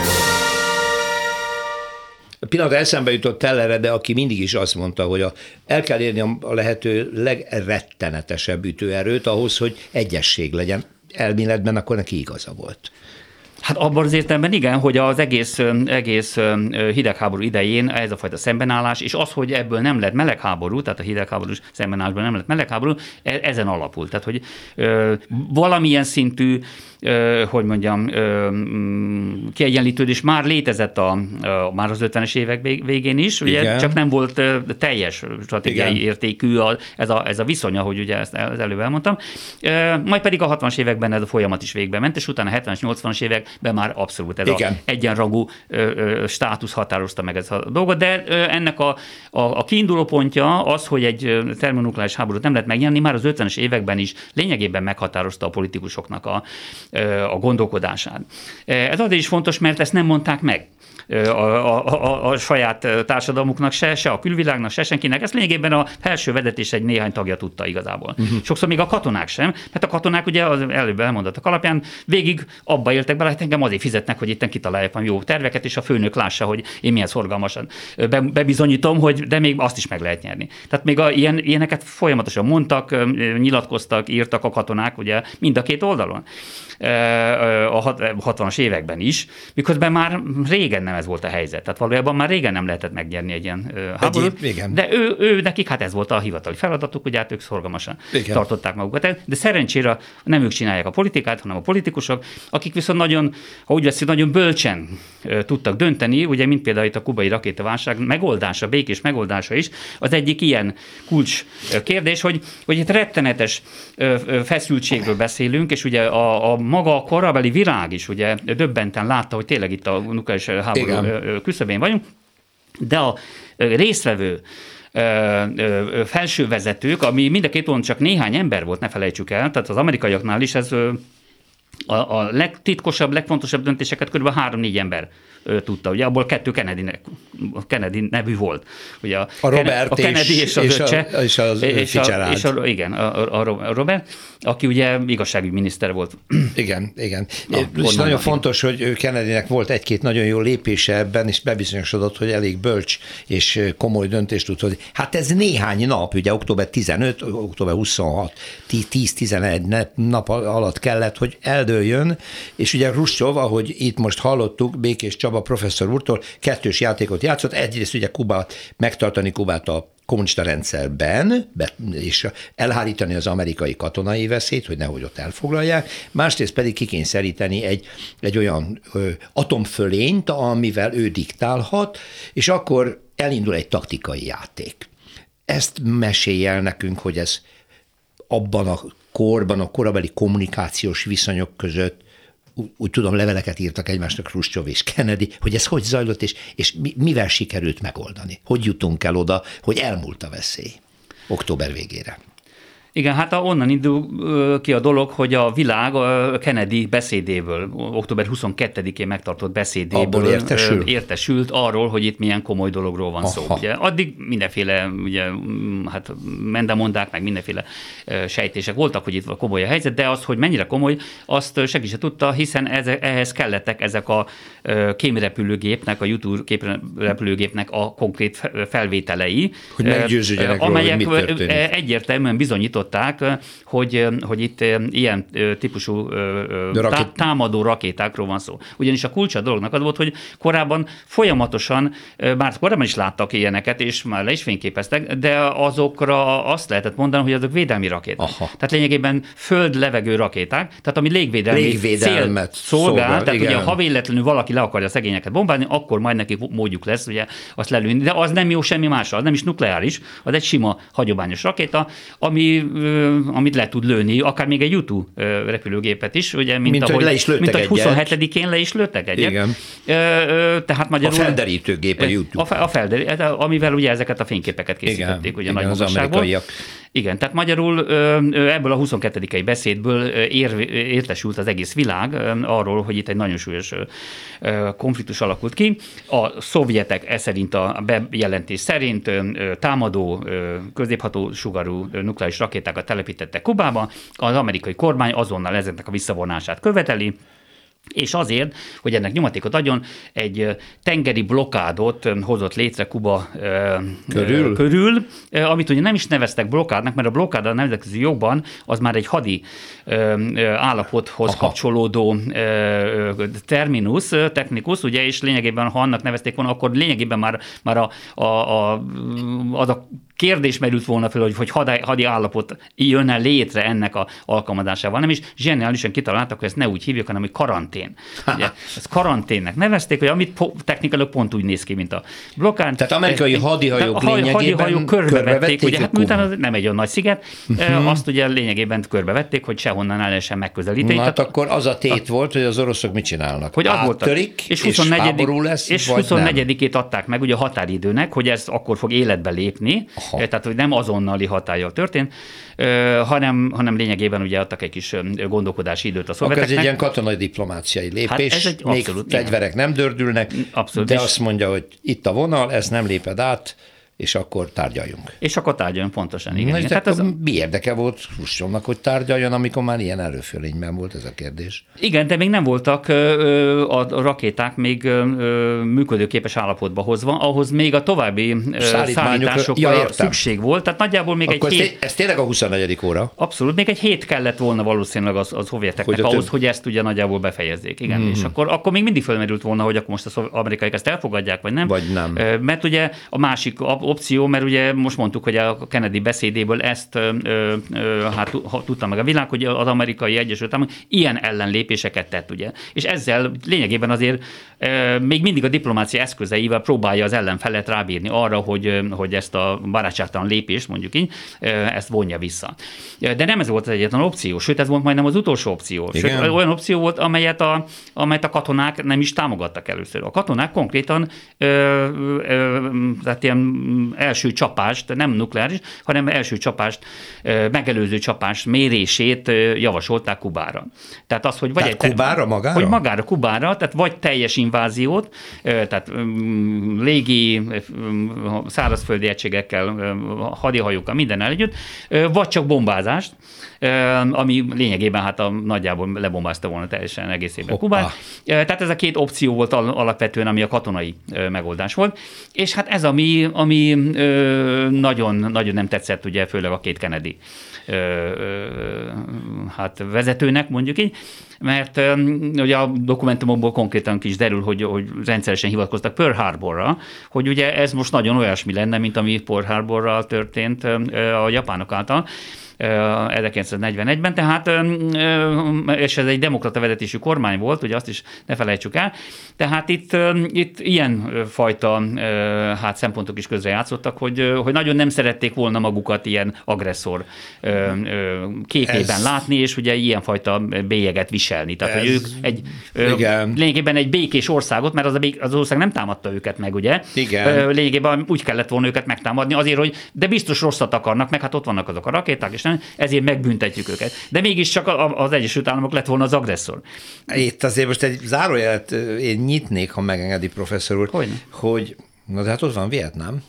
A pillanat eszembe jutott Tellerre, de aki mindig is azt mondta, hogy a, el kell érni a, a lehető legrettenetesebb ütőerőt ahhoz, hogy egyesség legyen. Elméletben akkor neki igaza volt.
Hát abban az értelemben igen, hogy az egész, egész hidegháború idején ez a fajta szembenállás, és az, hogy ebből nem lett melegháború, tehát a hidegháborús szembenállásból nem lett melegháború, ezen alapul. Tehát, hogy ö, valamilyen szintű, ö, hogy mondjam, ö, kiegyenlítődés már létezett a, a, már az ötvenes évek végén is, ugye, csak nem volt ö, teljes stratégiai igen. értékű a, ez, a, ez a viszony, ahogy ugye ezt az előbb elmondtam. Ö, majd pedig a hatvanas években ez a folyamat is végbe ment, és utána a hetvenes, nyolcvanas évek be már abszolút ez az egyenrangú ö, ö, státusz határozta meg ezt a dolgot, de ö, ennek a, a, a kiinduló pontja az, hogy egy termonukleáris háborút nem lehet megnyerni, már az ötvenes években is lényegében meghatározta a politikusoknak a, a gondolkodását. Ez azért is fontos, mert ezt nem mondták meg. A, a, a, a saját társadalmuknak se, se a külvilágnak, se senkinek. Ezt lényegében a felső vezetés egy néhány tagja tudta igazából. Uh-huh. Sokszor még a katonák sem, mert a katonák ugye az előbb elmondatok alapján végig abba éltek bele, hogy engem azért fizetnek, hogy itten kitalálják valami jó terveket, és a főnök lássa, hogy én milyen szorgalmasan be, bebizonyítom, hogy de még azt is meg lehet nyerni. Tehát még a, ilyen, ilyeneket folyamatosan mondtak, nyilatkoztak, írtak a katonák, ugye mind a két oldalon. A hatvanas években is, miközben már régen nem ez volt a helyzet. Tehát valójában már régen nem lehetett megnyerni egy ilyen háborút. De ő, ő nekik hát ez volt a hivatali feladatuk, hogy hát ők szorgalmasan igen. tartották magukat. De szerencsére nem ők csinálják a politikát, hanem a politikusok, akik viszont nagyon, ha úgy veszik, nagyon bölcsen tudtak dönteni, ugye mint például itt a kubai rakétaválság megoldása, békés megoldása is, az egyik ilyen kulcs kérdés, hogy, hogy itt rettenetes feszültségről beszélünk, és ugye a, a maga a korabeli világ is ugye döbbenten látta, hogy tényleg itt a nukleáris háború küszöbén vagyunk, de a résztvevő felső vezetők, ami mind a két oldalon csak néhány ember volt, ne felejtsük el, tehát az amerikaiaknál is ez a, a legtitkosabb, legfontosabb döntéseket kb. három-négy ember tudta. Ugye abból kettő Kennedy, Kennedy nevű volt. Ugye a,
a Robert
a Kennedy és, és az öccse.
És, a, és, a,
és a, igen, a, a Robert, aki ugye igazságügyminiszter volt.
Igen, igen. Na, és nagyon fontos, hogy Kennedynek volt egy-két nagyon jó lépése ebben, és bebizonyosodott, hogy elég bölcs és komoly döntést tud hozni. Hát ez néhány nap, ugye október tizenöt, október huszonhat, tíz-tizenegy nap alatt kellett, hogy eldőljön, és ugye Hruscsov, ahogy itt most hallottuk, Békés Csaba professzor úrtól, kettős játékot játszott, egyrészt ugye Kuba, megtartani Kubát a kommunista rendszerben, és elhárítani az amerikai katonai veszélyt, hogy nehogy ott elfoglalják, másrészt pedig kikényszeríteni egy, egy olyan ö, atomfölényt, amivel ő diktálhat, és akkor elindul egy taktikai játék. Ezt mesélj el nekünk, hogy ez abban a korban, a korabeli kommunikációs viszonyok között, úgy tudom, leveleket írtak egymásnak Hruscsov és Kennedy, hogy ez hogy zajlott, és, és mivel sikerült megoldani? Hogy jutunk el oda, hogy elmúlt a veszély október végére?
Igen, hát onnan indul ki a dolog, hogy a világ a Kennedy beszédéből, október huszonkettedikén megtartott beszédéből
értesül.
értesült arról, hogy itt milyen komoly dologról van Aha. szó. Ugye, addig mindenféle ugye, hát mendemondák, meg mindenféle sejtések voltak, hogy itt komoly a helyzet, de az, hogy mennyire komoly, azt senki se tudta, hiszen ehhez kellettek ezek a kémrepülőgépnek, a YouTube kémrepülőgépnek a konkrét felvételei,
hogy meggyőződjenek róla,
amelyek
hogy mit történik.
Egyértelműen bizonyították, hogy, hogy itt ilyen típusú tá- támadó rakétákról van szó. Ugyanis a kulcsa a dolognak az volt, hogy korábban folyamatosan, már korábban is láttak ilyeneket, és már le is fényképeztek, de azokra azt lehetett mondani, hogy azok védelmi rakéták. Aha. Tehát lényegében föld-levegő rakéták, tehát ami légvédelmi
légvédelmet
szolgál, szolgál, tehát
igen.
ugye ha véletlenül valaki le akarja a szegényeket bombálni, akkor majd neki módjuk lesz ugye azt lelőni, de az nem jó semmi másra, az nem is nukleáris, az egy sima hagyományos rakéta, ami, amit le tud lőni, akár még egy YouTube repülőgépet is, ugye, mint,
mint
ahogy,
hogy le is lőttek
mint,
egyet.
huszonhetedikén le is lőttek egyet.
Igen.
Tehát magyarul,
a felderítőgép a YouTube.
A, a felderítő, amivel ugye ezeket a fényképeket készítették,
igen,
ugye
igen,
nagy
az
magasságból.
amerikaiak.
Igen, tehát magyarul ebből a huszonkettedikai beszédből ér, értesült az egész világ arról, hogy itt egy nagyon súlyos konfliktus alakult ki. A szovjetek e szerint a bejelentés szerint támadó, középhatósugarú nukleáris rakétákat telepítettek Kubába, az amerikai kormány azonnal ezeknek a visszavonását követeli, és azért, hogy ennek nyomatékot adjon, egy tengeri blokkádot hozott létre Kuba körül, körül amit ugye nem is neveztek blokkádnak, mert a blokkád a nemzetközi jogban az már egy hadi állapothoz Aha. kapcsolódó terminus, technikus, ugye, és lényegében, ha annak nevezték volna, akkor lényegében már, már a, a, a, az a kérdés merült volna fel, hogy, hogy hadi, hadi állapot jönne létre ennek a alkalmazásával. Nem is zseniálisan kitaláltak, hogy ezt ne úgy hívjuk, hanem hogy karantén. Ugye, ezt karanténnek nevezték, hogy amit po- technikailag pont úgy néz ki, mint a blokkád.
Tehát amerikai hadihajók
a
lényegében
hadihajók körbevették, ugye, hát miután az nem egy olyan nagy sziget, uh-huh. azt ugye lényegében körbevették, hogy sehonnan el lehessen megközelíteni.
Na, hát
tehát,
akkor az a tét a, volt, hogy az oroszok mit csinálnak?
Hogy
áttörik, és, és háború lesz,
és
vagy
huszonnegyedikét adták meg ugye a határidőnek, hogy ez akkor fog életbe lépni, Aha. tehát hogy nem azonnali hatállyal történt, hanem, hanem lényegében ugye adtak egy kis gondolkodási időt a szovjeteknek.
Akkor ez egy ilyen katonai diplomáciai lépés, hát ez egy még abszolút, fegyverek igen. nem dördülnek, abszolút, de azt mondja, hogy itt a vonal, ezt nem léped át, és akkor tárgyaljunk. És
akkor tárgyaljunk, pontosan, igen.
Na,
igen.
Tehát
ez
a... mi érdeke volt Hruscsovnak, hogy tárgyaljon, amikor már ilyen erőfölényben volt ez a kérdés?
Igen, de még nem voltak a rakéták még működőképes állapotba hozva, ahhoz még a további szállításokra ja, szükség volt. Tehát nagyjából még
akkor
egy
ez,
hét...
ez tényleg a huszonnegyedik óra?
Abszolút, még egy hét kellett volna valószínűleg az, az szovjeteknek hogy ahhoz, több... hogy ezt ugye nagyjából befejezzék. Igen, mm-hmm. és akkor, akkor még mindig fölmerült volna, hogy akkor most az amerikaiak ezt elfogadják, vagy nem.
Vagy nem.
Mert ugye a másik opció, mert ugye most mondtuk, hogy a Kennedy beszédéből ezt ö, ö, hát tudta meg a világ, hogy az amerikai Egyesült Államok ilyen ellenlépéseket tett, ugye. És ezzel lényegében azért ö, még mindig a diplomácia eszközeivel próbálja az ellenfelet rábírni arra, hogy, hogy ezt a barátságtalan lépést, mondjuk így, ö, ezt vonja vissza. De nem ez volt az egyetlen opció, sőt ez volt majdnem az utolsó opció. Sőt, olyan opció volt, amelyet a, amelyet a katonák nem is támogattak először. A katonák konkrétan ö, ö, tehát ilyen első csapást, nem nukleáris, hanem első csapást, megelőző csapás mérését javasolták Kubára. Tehát az, hogy vagy
tehát
egy,
Kubára magára?
Hogy magára, Kubára, tehát vagy teljes inváziót, tehát légi, szárazföldi egységekkel, hadihajókkal, mindennel együtt, vagy csak bombázást, ami lényegében hát a, nagyjából lebombázta volna teljesen egészében Kubát. Tehát ez a két opció volt alapvetően, ami a katonai megoldás volt. És hát ez, ami, ami nagyon, nagyon nem tetszett, ugye főleg a két Kennedy hát vezetőnek, mondjuk így, mert ugye a dokumentumokból konkrétan is derül, hogy, hogy rendszeresen hivatkoztak Pearl Harborra, hogy ugye ez most nagyon olyasmi lenne, mint ami Pearl Harborral történt a japánok által, ezerkilencszáznegyvenegyben, tehát, és ez egy demokrata vezetésű kormány volt, ugye azt is ne felejtsük el, tehát itt, itt ilyen fajta hát szempontok is közrejátszottak, hogy, hogy nagyon nem szerették volna magukat ilyen agresszor képében ez... látni, és ugye ilyenfajta bélyeget viselni viselni. Tehát, ez, hogy ők egy,
igen.
lényegében egy békés országot, mert az, a bék, az ország nem támadta őket meg, ugye?
Igen.
Lényegében úgy kellett volna őket megtámadni azért, hogy de biztos rosszat akarnak, meg hát ott vannak azok a rakéták, és nem, ezért megbüntetjük őket. De mégiscsak az Egyesült Államok lett volna az agresszor.
Itt azért most egy zárójelet én nyitnék, ha megengedi, professzor úr,
Hogyne?
hogy na de hát ott van Vietnám.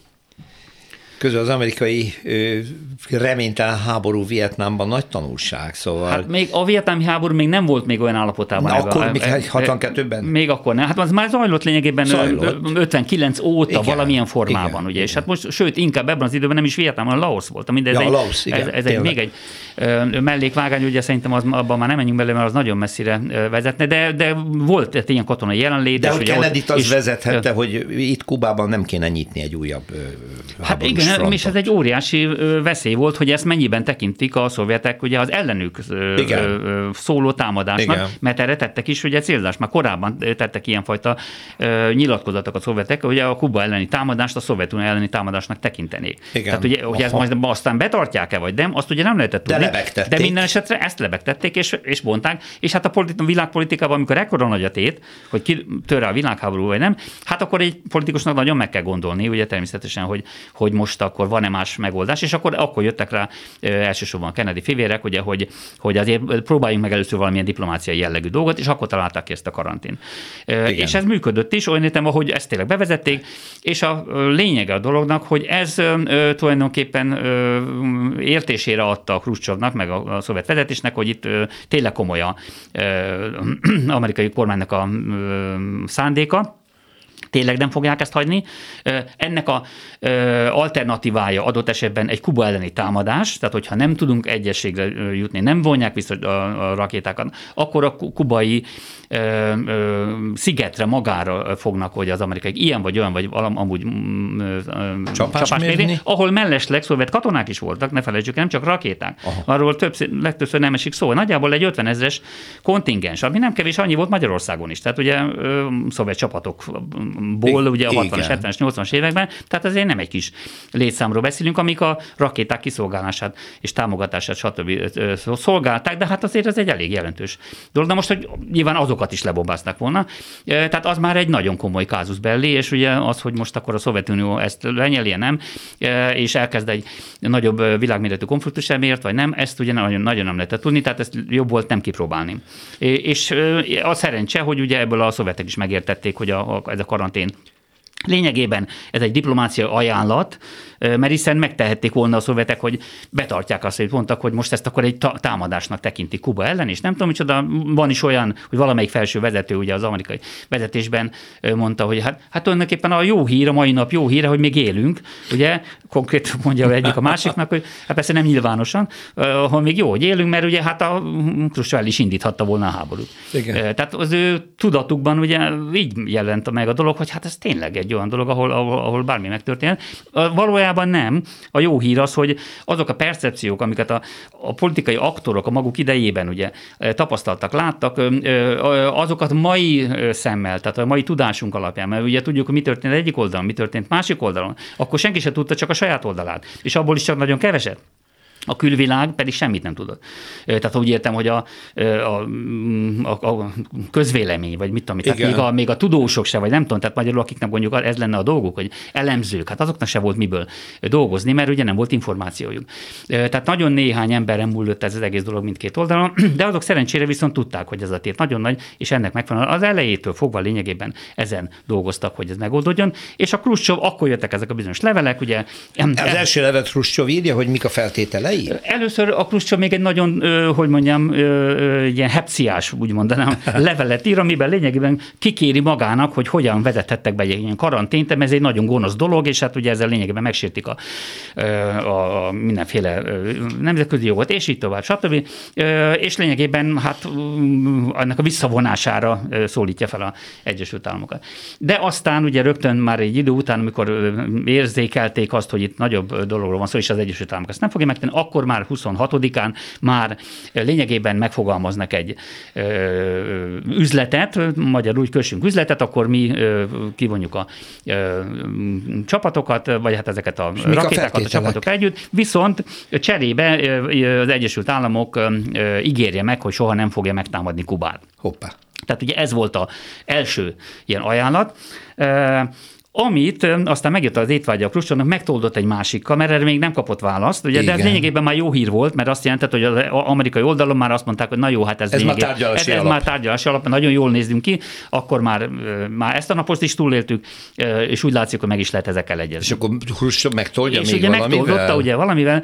Közül az amerikai ö, reménytelen háború Vietnámban nagy tanulság, szóval...
Hát még a vietnámi háború még nem volt még olyan állapotában.
Na, akkor
a,
még
a,
hatvankettőben?
Még akkor nem. Hát az már zajlott lényegében zajlott. ötvenkilenc óta igen, valamilyen formában, igen, ugye. Igen. És hát most, sőt, inkább ebben az időben nem is Vietnám, hanem Laos volt. De ez,
ja,
egy,
Laos, igen,
ez, ez egy, még egy ö, mellékvágány, ugye szerintem az, abban már nem menjünk bele, mert az nagyon messzire vezetne, de, de volt egy ilyen katonai jelenlét.
De hogy Kennedy-t az
és,
vezethette, ö, hogy itt Kubában nem kéne nyitni egy újabb ö,
hát igen, frontot. És ez egy óriási veszély volt, hogy ezt mennyiben tekintik a szovjetek ugye az ellenük igen. szóló támadásnak, igen. mert erre tettek is ugye célzást. Már korábban tettek ilyenfajta nyilatkozatok a szovjetek, hogy a Kuba elleni támadást a Szovjetunió elleni támadásnak tekintenék. Igen. Tehát ugye, hogy ezt majd aztán betartják-e vagy nem, azt ugye nem lehetett tudni.
De,
de minden esetre ezt lebegtették és, és bonták, és hát a, politi- a világpolitikában, amikor ekkora nagy a tét, hogy ki tör a világháború vagy nem, hát akkor egy politikusnak nagyon meg kell gondolni, ugye természetesen, hogy, hogy most akkor van-e más megoldás, és akkor, akkor jöttek rá e, elsősorban a Kennedy fivérek, ugye, hogy, hogy azért próbáljunk meg először valamilyen diplomáciai jellegű dolgot, és akkor találták ki ezt a karantén. E, és ez működött is, olyan értem, ahogy ezt tényleg bevezették, és a lényege a dolognak, hogy ez e, tulajdonképpen e, értésére adta a Hruscsovnak, meg a, a szovjet vezetésnek, hogy itt e, tényleg komoly a e, amerikai kormánynak a e, szándéka, tényleg nem fogják ezt hagyni. Ennek a alternatívája adott esetben egy Kuba elleni támadás, tehát hogyha nem tudunk egyességre jutni, nem vonják vissza a rakétákat, akkor a kubai szigetre magára fognak, hogy az amerikaiak ilyen vagy olyan, vagy amúgy
csapás, csapás mérni,
ahol mellesleg szovjet katonák is voltak, ne felejtsük, nem csak rakéták. Aha. Arról többször, legtöbbször nem esik szó. Nagyjából egy ötven ezres kontingens, ami nem kevés, annyi volt Magyarországon is. Tehát ugye szovjet csapatokból, ugye a hatvanas, hetvenes, nyolcvanas években, tehát azért nem egy kis létszámról beszélünk, amik a rakéták kiszolgálását és támogatását stb. Szolgálták, de hát azért ez egy elég jelentős dolog. De most, hogy nyilván azokat is lebombázták volna. Tehát az már egy nagyon komoly kázus belli, és ugye az, hogy most akkor a Szovjetunió ezt lenyelje, nem, és elkezd egy nagyobb világméretű konfliktus elméért, vagy nem, ezt ugye nagyon, nagyon nem lehetett tudni, tehát ezt jobb volt nem kipróbálni. És a szerencse, hogy ugye ebből a szovjetek is megértették, hogy a, a, ez a karantén lényegében ez egy diplomáciai ajánlat, mert hiszen megtehették volna a szovjetek, hogy betartják azt, hogy mondtak, hogy most ezt akkor egy támadásnak tekintik Kuba ellen, és nem tudom micsoda, van is olyan, hogy valamelyik felső vezető ugye az amerikai vezetésben mondta, hogy hát, hát tulajdonképpen a jó hír, a mai nap jó híre, hogy még élünk, ugye, konkrét mondja egyik a másiknak, hogy hát persze nem nyilvánosan, hogy még jó, hogy élünk, mert ugye hát a Hruscsov is indíthatta volna a háborút. Igen. Tehát az ő tudatukban ugye így jelent meg a dolog, hogy hát ez tényleg egy olyan dolog, ahol, ahol, ahol bármi megtörténhet. Valójában nem. A jó hír az, hogy azok a percepciók, amiket a, a politikai aktorok a maguk idejében ugye tapasztaltak, láttak, azokat mai szemmel, tehát a mai tudásunk alapján, mert ugye tudjuk, hogy mi történt egyik oldalon, mi történt másik oldalon, akkor senki sem tudta, csak a saját oldalát. És abból is csak nagyon keveset. A külvilág pedig semmit nem tudott. Tehát úgy értem, hogy a, a, a, a közvélemény, vagy mit tudom, tehát még a, még a tudósok se, vagy nem tudom, tehát magyarul akiknek mondjuk ez lenne a dolguk, hogy elemzők, hát azoknak se volt miből dolgozni, mert ugye nem volt információjuk. Tehát nagyon néhány emberen múlott ez az egész dolog mindkét oldalon, de azok szerencsére viszont tudták, hogy ez a tét nagyon nagy, és ennek megfelelően az elejétől fogva lényegében ezen dolgoztak, hogy ez megoldódjon, és a Hruscsov, akkor jöttek ezek a bizonyos levelek, ugye.
Az el... első levelet Hruscsov írja, hogy mik a feltételei?
Először a Hruscsov még egy nagyon, hogy mondjam, ilyen hepciás, úgy mondanám, levelet ír, amiben lényegében kikéri magának, hogy hogyan vezethettek be egy ilyen karantént, mert ez egy nagyon gonosz dolog, és hát ugye ezzel lényegében megsértik a, a, a mindenféle nemzetközi jogot, és így tovább, stb. És lényegében hát ennek a visszavonására szólítja fel az Egyesült Államokat. De aztán ugye rögtön már egy idő után, amikor érzékelték azt, hogy itt nagyobb dologról van szó, és az Egyesült Államok ezt nem fogja megtenni, akkor már huszonhatodikán már lényegében megfogalmaznak egy ö, üzletet, magyarul úgy kössünk üzletet, akkor mi ö, kivonjuk a ö, csapatokat, vagy hát ezeket a
Mik
rakétákat
a,
a csapatok együtt, viszont cserébe ö, az Egyesült Államok ö, ígérje meg, hogy soha nem fogja megtámadni Kubát.
Hoppá.
Tehát ugye ez volt az első ilyen ajánlat. Amit aztán megjött az étvágya a Kruscsovnak, megtoldott egy másikkal, mert erre még nem kapott választ, ugye, de ez lényegében már jó hír volt, mert azt jelentett, hogy az amerikai oldalon már azt mondták, hogy na jó, hát ez,
ez már tárgyalási
ez,
alap.
Ez már tárgyalási alap, nagyon jól nézünk ki, akkor már, már ezt a napot is túléltük, és úgy látszik, hogy meg is lehet ezekkel egyezni.
És akkor Kruscsov megtoldja
és
még
ugye
valamivel?
megtoldotta ugye valamivel,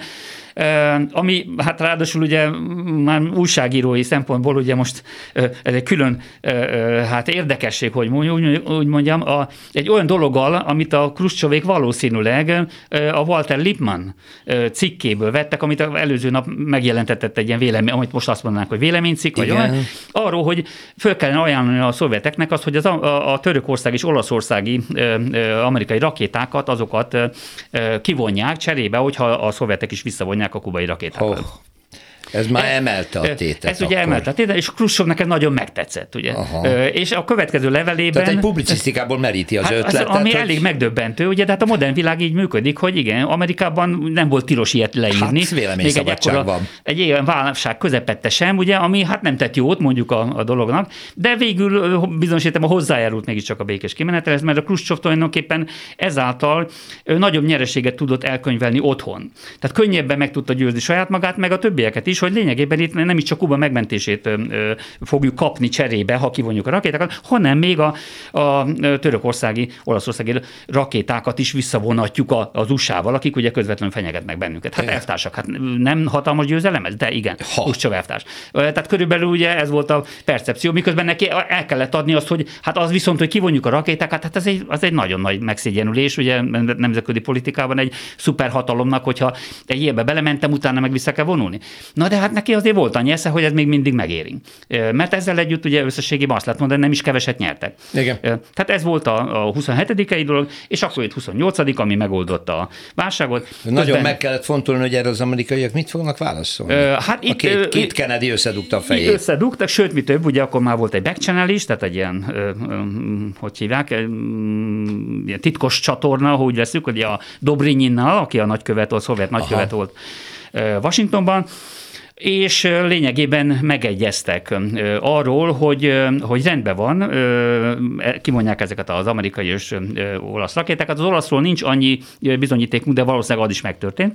ami hát ráadásul ugye már újságírói szempontból ugye most ez egy külön hát érdekesség, hogy úgy mondjam, a, egy olyan dologgal, amit a Kruscsovék valószínűleg a Walter Lippmann cikkéből vettek, amit az előző nap megjelentetett egy ilyen vélemény, amit most azt mondanánk, hogy véleménycikk, vagy olyan, arról, hogy föl kellene ajánlani a szovjeteknek azt, hogy az a, a törökország és olaszországi amerikai rakétákat, azokat kivonják cserébe, hogyha a szovjetek is visszavonják a kubai rakétákat. Oh.
Ez már emelte a tétet.
Ez ugye emelte a tétet, és Kruscsovnak ez nagyon megtetszett, ugye. Aha. És a következő levelében...
Tehát egy publicisztikából meríti az hát ötletet.
Az, ami
hogy...
elég megdöbbentő, ugye, de hát a modern világ így működik, hogy igen, Amerikában nem volt tilos ilyet leírni.
Hát véleményszabadság egy van.
Egy ilyen válság közepette sem, ugye, ami hát nem tett jót mondjuk a, a dolognak, de végül bizonyos értelemben hozzájárult mégiscsak a békés kimenetelhez, mert a Kruscsov tulajdonképpen ezáltal nagyobb nyereséget tudott elkönyvelni otthon. Tehát könnyebben meg tudta győzni saját magát, meg a többieket is, hogy lényegében itt nem is csak Kuba megmentését ö, fogjuk kapni cserébe, ha kivonjuk a rakétákat, hanem még a, a törökországi, olaszországi rakétákat is visszavonatjuk az u es á-val, akik ugye közvetlenül fenyegetnek bennünket. Hát elvtársak, hát nem hatalmas győzelem ez, de igen, Kruscsov elvtárs. Tehát körülbelül ugye ez volt a percepció, miközben neki el kellett adni azt, hogy hát az viszont, hogy kivonjuk a rakétákat, hát ez egy, az egy nagyon nagy megszégyenülés, ugye nemzetközi politikában egy szuperhatalomnak, hogyha egy ilyenbe belementem, utána meg vissza kell vonulni. Na de hát neki azért volt annyi esze, hogy ez még mindig megéri. Mert ezzel együtt ugye összességében azt lehet mondani, nem is keveset nyertek.
Igen.
Tehát ez volt a, a huszonhetedikei dolog, és akkor jött huszonnyolcadik, ami megoldotta a válságot.
Nagyon Közben... meg kellett fontolni, hogy erre az amerikaiak mit fognak válaszolni.
Hát
a itt, két, két Kennedy összedugta a fejét.
Összedugtak, sőt, mi több, ugye akkor már volt egy backchannel is, tehát egy ilyen, hogy hívják, ilyen titkos csatorna, hogy veszük, hogy a Dobrinyinnal, aki a nagykövet, a szovjet nagykövet Aha. volt Washingtonban, és lényegében megegyeztek arról, hogy, hogy rendben van, kimondják ezeket az amerikai és olasz rakétákat. Az olaszról nincs annyi bizonyítékunk, de valószínűleg az is megtörtént.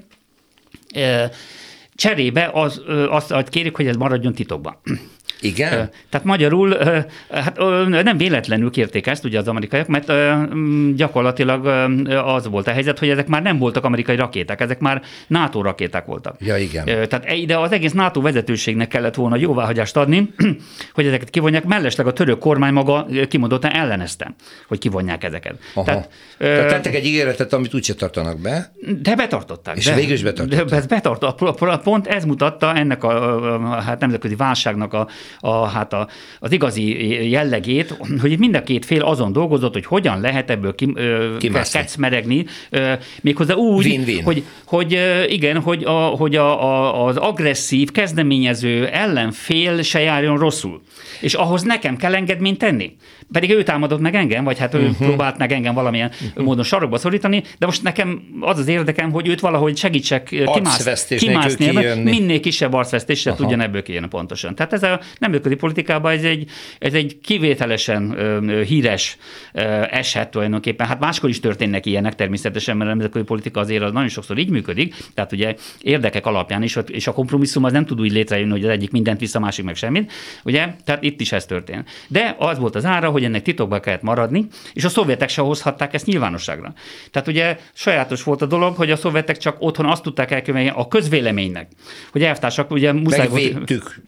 Cserébe az, azt kérik, hogy ez maradjon titokban.
Igen?
Tehát magyarul hát nem véletlenül kérték ezt ugye az amerikaiak, mert gyakorlatilag az volt a helyzet, hogy ezek már nem voltak amerikai rakéták, ezek már NATO rakéták voltak.
Ja, igen.
Tehát ide az egész NATO vezetőségnek kellett volna jóváhagyást adni, hogy ezeket kivonják, mellesleg a török kormány maga kimondottan ellenezte, hogy kivonják ezeket.
Aha. Tehát, Tehát tettek egy ígéretet, amit úgyse tartanak be.
De betartották.
És
de,
végül is betartották.
De ez betartott. Pont ez mutatta ennek a, a hát nemzetközi válságnak a A, hát a, az igazi jellegét, hogy itt mind a két fél azon dolgozott, hogy hogyan lehet ebből ki, kecmeregni, méghozzá úgy,
Win-win.
hogy, hogy igen, hogy, a, hogy a, a, az agresszív, kezdeményező ellenfél se járjon rosszul. És ahhoz nekem kell engedményt tenni. Pedig ő támadott meg engem, vagy hát ő uh-huh. próbált meg engem valamilyen uh-huh. módon sarokba szorítani, de most nekem az az érdekem, hogy őt valahogy segítsek kimász, kimászni, minél kisebb arcvesztésre uh-huh. tudjon ebből kijönni pontosan. Tehát ez a nemzetközi politikában ez egy, ez egy kivételesen ö, híres ö, eset tulajdonképpen. Hát máskor is történnek ilyenek természetesen, mert a nemzetközi politika azért az nagyon sokszor így működik, tehát ugye érdekek alapján is, és a kompromisszum az nem tud úgy létrejönni, hogy az egyik mindent visz, a másik meg semmit, ugye? Tehát itt is ez történt. De az volt az ára, hogy ennek titokba kellett maradni, és a szovjetek se hozhatták ezt nyilvánosságra. Tehát ugye sajátos volt a dolog, hogy a szovjetek csak otthon azt tudták elkövetni a közvéleménynek, hogy elvtársak, ugye muszáj
Megvédtük.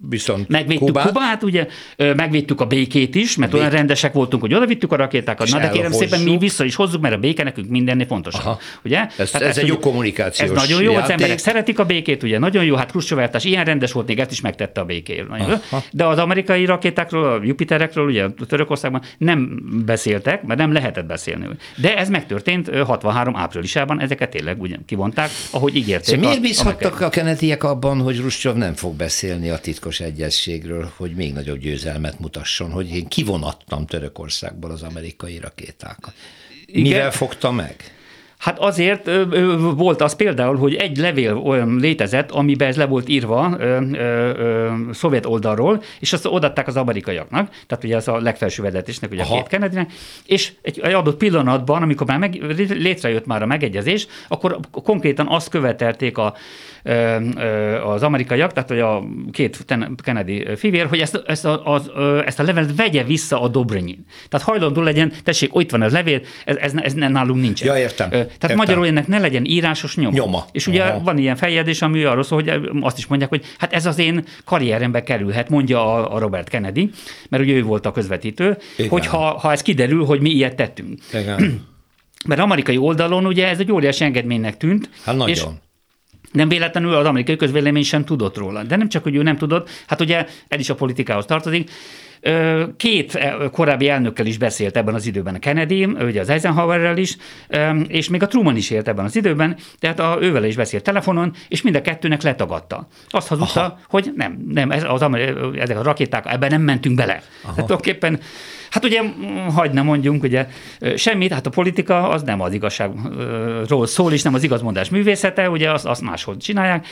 viszont
megvédtük Kubát. Kubát, ugye, megvédtük a békét is, mert olyan rendesek voltunk, hogy odavittük a rakétákat, na de kérem szépen, mi vissza is hozzuk, mert a béke nekünk mindennél fontosabb. Ugye?
Ez, ez, ez egy jó kommunikációs
Ez nagyon jó,
játék.
Az emberek szeretik a békét, ugye, nagyon jó, hát Hruscsov elvtárs ilyen rendes volt, még ezt is megtette a békéért. De az amerikai rakétákról, a Jupiterekről, ugye Törökországban nem beszéltek, mert nem lehetett beszélni. De ez megtörtént hatvanhárom áprilisában, ezeket tényleg ugye kivonták, ahogy ígérték.
Szóval miért bízhattak a Kennedyek abban, hogy Hruscsov nem fog beszélni a titkos egyezségről, hogy még nagyobb győzelmet mutasson, hogy én kivonattam Törökországból az amerikai rakétákat? Mivel Igen. fogta meg?
Hát azért ö, ö, volt az például, hogy egy levél olyan létezett, amiben ez le volt írva ö, ö, ö, szovjet oldalról, és azt odaadták az amerikaiaknak, tehát ugye az a legfelső vezetésnek, ugye Aha. a két Kennedynek, és egy, egy adott pillanatban, amikor már meg, létrejött már a megegyezés, akkor konkrétan azt követelték a, ö, ö, az amerikaiak, tehát hogy a két Kennedy fivér, hogy ezt, ezt, a, az, ö, ezt a levelet vegye vissza a Dobronyin. Tehát hajlandó legyen, tessék, ott van az levél, ez, ez, ez nálunk nincsen.
Ja, értem.
Tehát Értem. Magyarul ennek ne legyen írásos nyoma.
nyoma.
És ugye Aha. van ilyen feljegyzés, ami arról szól, hogy azt is mondják, hogy hát ez az én karrierembe kerülhet, mondja a Robert Kennedy, mert ugye ő volt a közvetítő, Igen. hogy ha, ha ez kiderül, hogy mi ilyet tettünk.
Igen.
Mert amerikai oldalon ugye ez egy óriási engedménynek tűnt.
Hát nagyon.
És nem véletlenül az amerikai közvélemény sem tudott róla. De nem csak, hogy ő nem tudott, hát ugye ez is a politikához tartozik. Két korábbi elnökkel is beszélt ebben az időben, Kennedy, ugye az Eisenhowerrel is, és még a Truman is élt ebben az időben, tehát a, ővel is beszélt telefonon, és mind a kettőnek letagadta. Azt hazudta, Aha. hogy nem, nem ez az, ezek a rakéták, ebben nem mentünk bele. Tehát tulajdonképpen, hát ugye, hagyd ne mondjunk, ugye semmit, hát a politika az nem az igazságról szól, és nem az igazmondás művészete, ugye azt, azt máshol csinálják,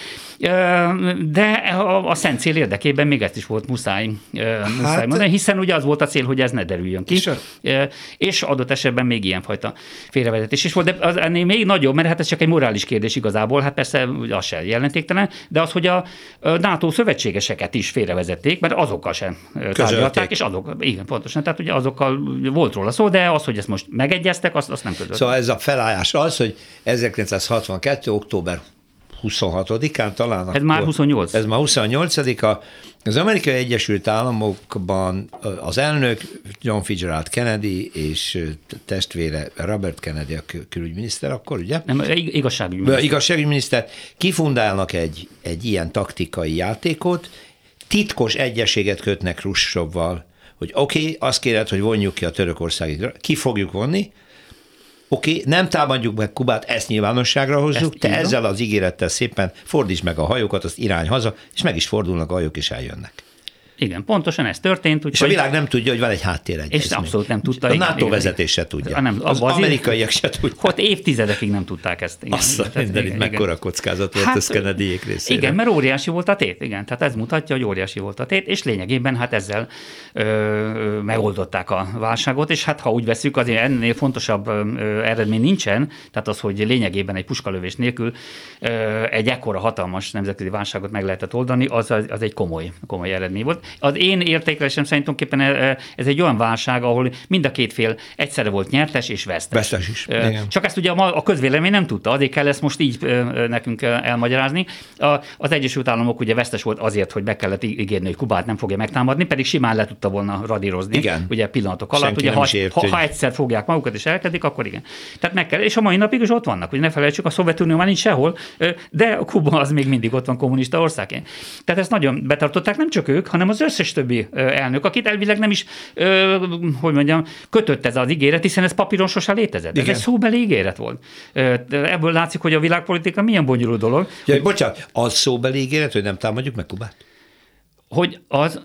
de a, a szent cél érdekében még ezt is volt muszáj, muszáj hát, mondani, hiszen ugye az volt a cél, hogy ez ne derüljön ki, sure. és adott esetben még ilyenfajta félrevezetés is volt, de az ennél még nagyobb, mert hát ez csak egy morális kérdés igazából, hát persze az sem jelentéktelen, de az, hogy a NATO szövetségeseket is félrevezették, mert azokkal sem tárgyalták, és azok, igen, pontosan, tehát ugye azokkal volt róla szó, de az, hogy ezt most megegyeztek, azt, azt nem közölték.
Szóval ez a felállás az, hogy ezerkilencszázhatvankettő. október huszonhatodikán talán.
Ez már huszonnyolc.
Ez már huszonnyolcadika. Az Amerikai Egyesült Államokban az elnök John Fitzgerald Kennedy és testvére Robert Kennedy, a külügyminiszter akkor, ugye?
Nem, igazságügyminiszter.
Igazságügyminiszter kifundálnak egy, egy ilyen taktikai játékot, titkos egyezséget kötnek Hruscsovval, hogy oké, okay, azt kéred, hogy vonjuk ki a törökországi, ki fogjuk vonni, oké, okay, nem támadjuk meg Kubát, ezt nyilvánosságra hozzuk, ezt te ezzel az ígérettel szépen fordítsd meg a hajókat, azt irány haza, és meg is fordulnak a hajók, és eljönnek.
Igen, pontosan ez történt. Úgy,
és a világ nem tudja, hogy van egy háttéregyezmény.
És abszolút nem tudta.
A
igen,
NATO
igen,
vezetés se tudja.
Nem,
az amerikaiak se tudják.
Ott évtizedekig nem tudták ezt. Igen.
Azt a mindenit, mekkora kockázat volt hát, ez Kennedyék részére.
Igen, mert óriási volt a tét. Igen, tehát ez mutatja, hogy óriási volt a tét, és lényegében hát ezzel ö, megoldották a válságot, és hát ha úgy veszük, azért ennél fontosabb ö, eredmény nincsen, tehát az, hogy lényegében egy puskalövés nélkül ö, egy ekkora hatalmas nemzetközi válságot meg lehetett oldani, az, az egy komoly, komoly eredmény volt. Az én értékelésem szerint tulajdonképpen ez egy olyan válság, ahol mind a két fél egyszerre volt nyertes és vesztes.
Vesztes is. Igen.
Csak ezt ugye a közvélemény nem tudta, azért kell ezt most így nekünk elmagyarázni. Az Egyesült Államok ugye vesztes volt azért, hogy be kellett ígérni, hogy Kubát nem fogja megtámadni, pedig simán le tudta volna radírozni.
Igen.
Ugye pillanatok alatt. Ugye, ha, ért, ha, hogy... ha egyszer fogják magukat és elkedik, akkor igen. Tehát meg kell, és a mai napig is ott vannak. Ugye ne felejtsük, a Szovjetunió már nincs sehol, de a Kuba az még mindig ott van kommunista országként. Tehát ezt nagyon betartották, nem csak ők, hanem az összes többi elnök, akit elvileg nem is, hogy mondjam, kötött ez az ígéret, hiszen ez papíron sose létezett. Ez egy szóbeli ígéret volt. Ebből látszik, hogy a világpolitika milyen bonyolult dolog.
Ja, hogy... Bocsánat, az szóbeli ígéret, hogy nem támadjuk meg Kubát?
Hogy az...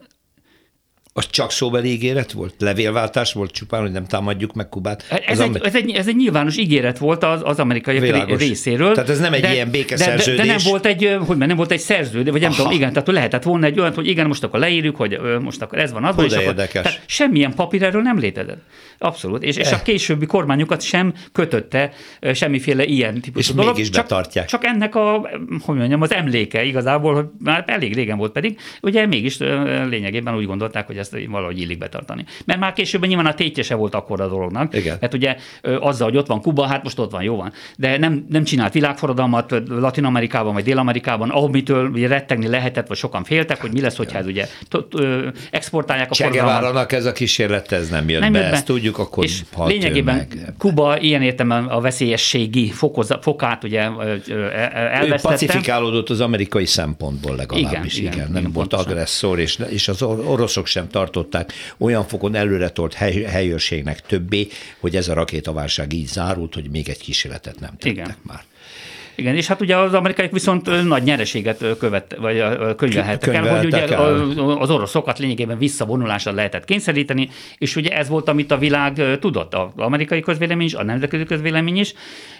Az csak szóbeli ígéret volt? Levélváltás volt csupán, hogy nem támadjuk meg Kubát?
Ez, egy,
amer...
ez, egy, ez egy nyilvános ígéret volt az, az amerikai
Világos.
részéről.
Tehát ez nem egy de, ilyen békeszerződés.
De, de, de nem volt egy, hogy nem volt egy szerződés, vagy nem Aha. tudom, igen, tehát lehetett volna egy olyan, hogy igen, most akkor leírjuk, hogy most akkor ez van, az van, és akkor, tehát semmilyen papír erről nem létezett. Abszolút. És, és a későbbi kormányokat sem kötötte semmiféle ilyen típusú
és
dolog.
Mégis
csak,
betartják.
Csak ennek a, hogy mondjam, az emléke igazából, hogy már elég régen volt pedig, ugye mégis lényegében úgy gondolták, hogy ezt ezt valahogy illik betartani. Mert már később nyilván a tétje se volt akkor a dolognak.
Igen.
Hát ugye azzal, hogy ott van Kuba, hát most ott van, jó van. De nem, nem csinált világforradalmat Latin-Amerikában vagy Dél-Amerikában, amitől ugye rettegni lehetett, vagy sokan féltek, hogy mi lesz, hogyha ez ugye exportálják a forradalmat.
Che Guevarának ez a kísérlet, ez nem jött
nem
be,
jött be.
Ezt tudjuk, akkor
és lényegében meg. Kuba ilyen értelemben a veszélyességi fokoza, fokát ugye elvesztette.
Ő pacifikálódott az amerikai szempontból legalábbis, igen, igen, igen nem igen, volt pontosan. Agresszor, és, és az oroszok sem tartották olyan fokon előretolt hely, helyőrségnek többé, hogy ez a rakétaválság így zárult, hogy még egy kísérletet nem tettek igen. már.
Igen, és hát ugye az amerikaiak viszont nagy nyereséget követ, vagy könyvelhettek el, hogy ugye el. az oroszokat lényegében visszavonulásra lehetett kényszeríteni, és ugye ez volt, amit a világ tudott, az amerikai közvélemény is, a nemzetközi közvélemény is,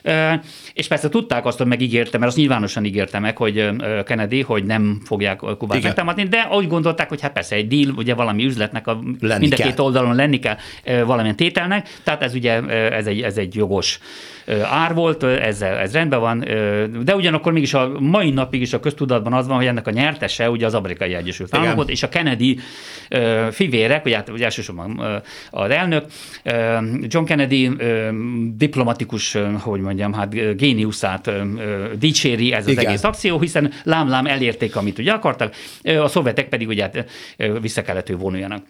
és persze tudták azt, hogy megígérte, mert azt nyilvánosan ígérte meg, hogy Kennedy, hogy nem fogják Kubát megtámadni, de úgy gondolták, hogy hát persze egy deal, ugye valami üzletnek a mind a két oldalon lenni kell valamilyen tételnek, tehát ez ugye ez egy, ez egy jogos ár volt, ez, ez rendben van, de ugyanakkor mégis a mai napig is a köztudatban az van, hogy ennek a nyertese ugye az Amerikai Egyesült Államok volt, és a Kennedy fivérek, ugye, ugye elsősorban az elnök, John Kennedy diplomatikus, hogy mondjam, hát géniuszát dicséri ez az igen. egész akció, hiszen lám-lám elérték, amit ugye akartak, a szovjetek pedig ugye vissza kellett, hogy vonuljanak.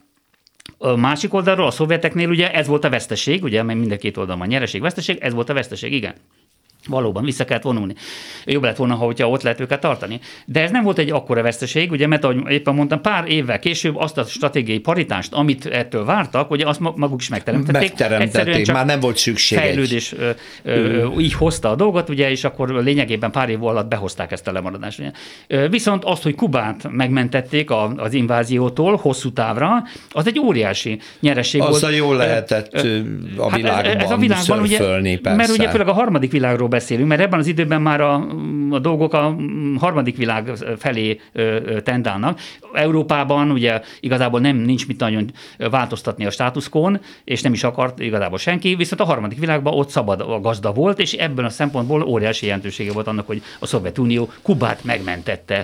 A másik oldalról a szovjeteknél ugye ez volt a veszteség, ugye, mert mind a két oldalon van nyereség, veszteség, ez volt a veszteség, igen. Valóban vissza kellett vonulni. Jobb lett volna, hogyha ott lehet őket tartani. De ez nem volt egy akkora veszteség, ugye, mert ahogy éppen mondtam, pár évvel később azt a stratégiai paritást, amit ettől vártak, ugye azt maguk is megteremtették.
Megteremtették, már nem volt szükség.
Fejlődés ö, ö, így hozta a dolgot, ugye, és akkor lényegében pár év alatt behozták ezt a lemaradást. Ugye. Viszont azt, hogy Kubát megmentették az inváziótól hosszú távra, az egy óriási nyeresség
Azzal
volt.
Azzal jól lehetett a világban, hát ez a világban
szörfölni, ugye, mert ugye főleg a harmadik világról beszélünk, mert ebben az időben már a, a dolgok a harmadik világ felé tendálnak. Európában ugye igazából nem nincs mit nagyon változtatni a státuszkón, és nem is akart igazából senki, viszont a harmadik világban ott szabad a gazda volt, és ebben a szempontból óriási jelentősége volt annak, hogy a Szovjetunió Kubát megmentette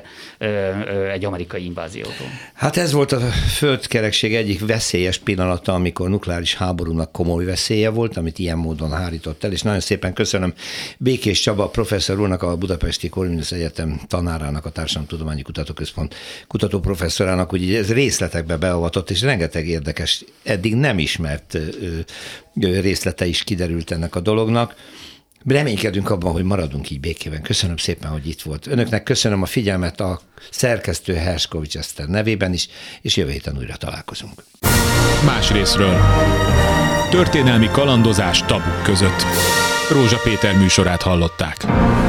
egy amerikai inváziótól.
Hát ez volt a földkerekség egyik veszélyes pillanata, amikor nukleáris háborúnak komoly veszélye volt, amit ilyen módon hárított el, és nagyon szépen köszönöm Békés Csaba professzor úrnak, a Budapesti Corvinus Egyetem tanárának, a Társadalomtudományi Kutatóközpont kutatóprofesszorának, hogy ez részletekbe beavatott, és rengeteg érdekes, eddig nem ismert részlete is kiderült ennek a dolognak. Reménykedünk abban, hogy maradunk így békében. Köszönöm szépen, hogy itt volt. Önöknek köszönöm a figyelmet a szerkesztő Herskovics Eszter nevében is, és jövő héten újra találkozunk.
Más részről. Történelmi kalandozás tabuk között. Rózsa Péter műsorát hallották.